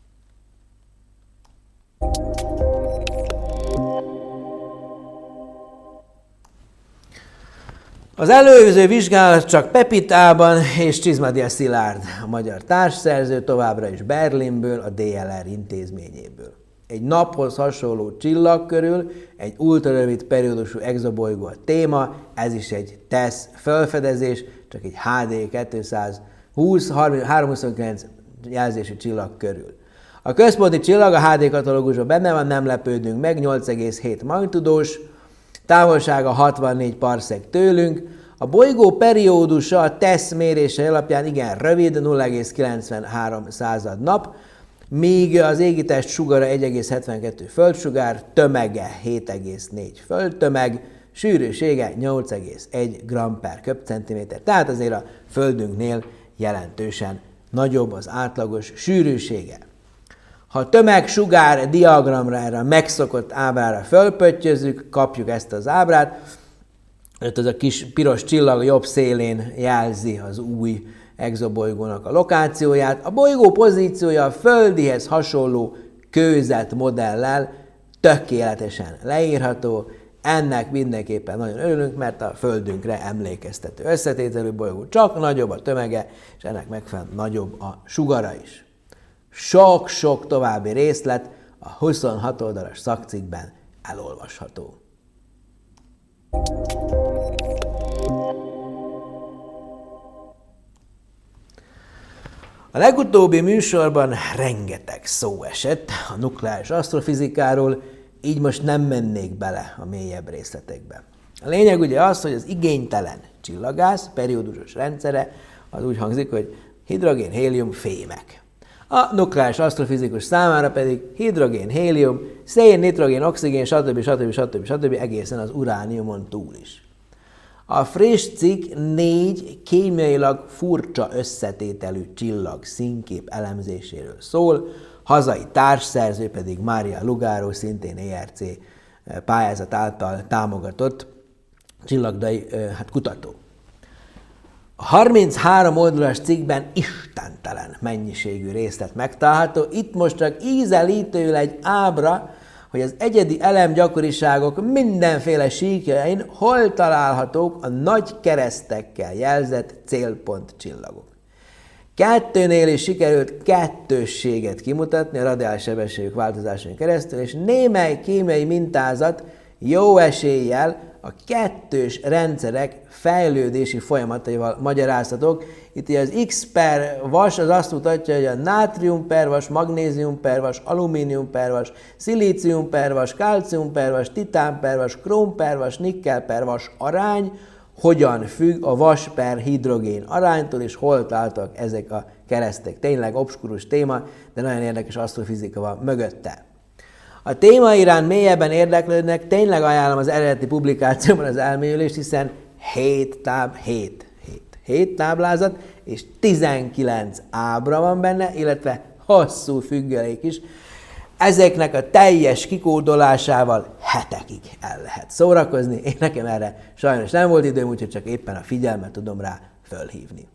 A: Az előző vizsgálat csak Pepitában és Csizmadia Szilárd, a magyar társszerző, továbbra is Berlinből, a dé el er intézményéből. Egy naphoz hasonló csillag körül egy ultrarövid periódusú exobolygó a téma, ez is egy TESS felfedezés, csak egy há dé kétszázhúsz háromszázhuszonkilenc jelzésű csillag körül. A központi csillag a há dé katalógusban benne van, nem lepődünk meg, nyolc egész hét magnitudós, távolsága hatvannégy parszek tőlünk, a bolygó periódusa a TESS mérése alapján igen rövid, nulla egész kilencvenhárom nap, míg az égitest sugara egy egész hetvenkettő földsugár, tömege hét egész négy földtömeg, sűrűsége nyolc egész egy gram per köbcentiméter, tehát azért a Földünknél jelentősen nagyobb az átlagos sűrűsége. Ha a tömeg-sugár diagramra, erre a megszokott ábrára fölpöttyözzük, kapjuk ezt az ábrát, ott az a kis piros csillag a jobb szélén jelzi az új exobolygónak a lokációját. A bolygó pozíciója a Földihez hasonló kőzet modellel tökéletesen leírható, ennek mindenképpen nagyon örülünk, mert a Földünkre emlékeztető összetételű bolygó, csak nagyobb a tömege, és ennek megfelelően nagyobb a sugara is. Sok-sok további részlet a huszonhat oldalas szakcikkben elolvasható. A legutóbbi műsorban rengeteg szó esett a nukleáris asztrofizikáról, így most nem mennék bele a mélyebb részletekbe. A lényeg ugye az, hogy az igénytelen csillagász periódusos rendszere az úgy hangzik, hogy hidrogén, hélium, fémek. A nukleáris asztrofizikus számára pedig hidrogén, hélium, szén, nitrogén, oxigén, stb. stb. stb. stb. Egészen az urániumon túl is. A friss cikk négy kémiailag furcsa összetételű csillag színkép elemzéséről szól, hazai társszerző pedig Mária Lugaro, szintén é er cé pályázat által támogatott csillagdai hát kutató. A harminchárom oldalas cikkben istentelen mennyiségű részlet megtalálható. Itt most csak ízelítőül egy ábra, hogy az egyedi elemgyakoriságok mindenféle síkjain hol találhatók a nagy keresztekkel jelzett célpontcsillagok. Kettőnél is sikerült kettősséget kimutatni a radiális sebességük változáson keresztül, és némely kémiai mintázat jó eséllyel a kettős rendszerek fejlődési folyamataival magyarázhatók. Itt az X per vas az azt mutatja, hogy a nátrium per vas, magnézium per vas, alumínium per vas, szilícium per vas, kalcium per vas, titán per vas, króm per vas, nikkel per vas arány hogyan függ a vas per hidrogén aránytól, és hol találtak ezek a keresztek. Tényleg obskurus téma, de nagyon érdekes asztrofizika van mögötte. A téma iránt mélyebben érdeklődnek, tényleg ajánlom az eredeti publikációban az elmélyülést, hiszen hét táb, hét, hét, hét táblázat, és tizenkilenc ábra van benne, illetve hosszú függelék is. Ezeknek a teljes kikódolásával hetekig el lehet szórakozni. Én nekem erre sajnos nem volt időm, úgyhogy csak éppen a figyelmet tudom rá fölhívni.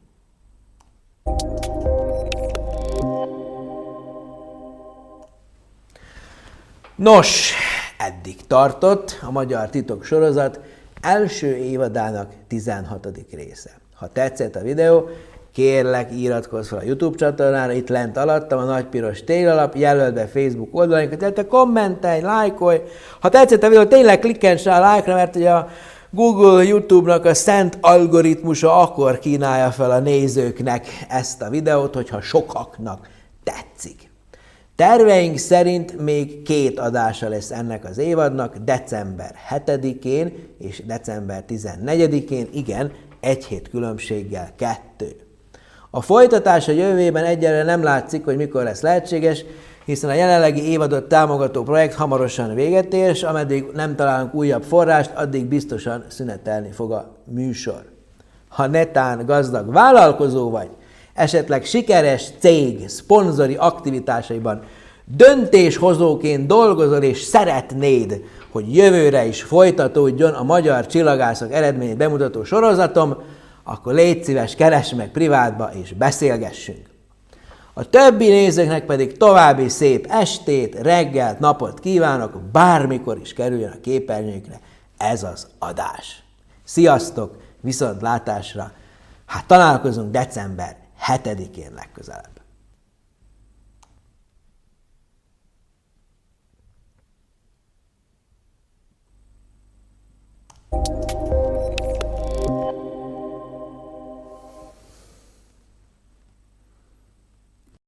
A: Nos, eddig tartott a Magyar Titok sorozat első évadának tizenhatodik része. Ha tetszett a videó, kérlek, iratkozz fel a YouTube csatornára, itt lent alattam a nagy piros téglalap, jelöld be Facebook oldalainkat, illetve kommentelj, lájkolj. Ha tetszett a videó, tényleg klikkens rá a like-ra, mert ugye a Google YouTube-nak a szent algoritmusa akkor kínálja fel a nézőknek ezt a videót, hogyha sokaknak tetszik. Terveink szerint még két adása lesz ennek az évadnak, december hetedikén és december tizennegyedikén, igen, egy hét különbséggel kettő. A folytatás a jövőben egyelőre nem látszik, hogy mikor lesz lehetséges, hiszen a jelenlegi évadot támogató projekt hamarosan véget ér, és ameddig nem találunk újabb forrást, addig biztosan szünetelni fog a műsor. Ha netán gazdag vállalkozó vagy, esetleg sikeres cég szponzori aktivitásaiban döntéshozóként dolgozol és szeretnéd, hogy jövőre is folytatódjon a magyar csillagászok eredményét bemutató sorozatom, akkor légy szíves, keresd meg privátba és beszélgessünk. A többi nézőknek pedig további szép estét, reggelt, napot kívánok, bármikor is kerüljön a képernyőkre ez az adás. Sziasztok, viszontlátásra! Hát találkozunk december hetedikén legközelebb.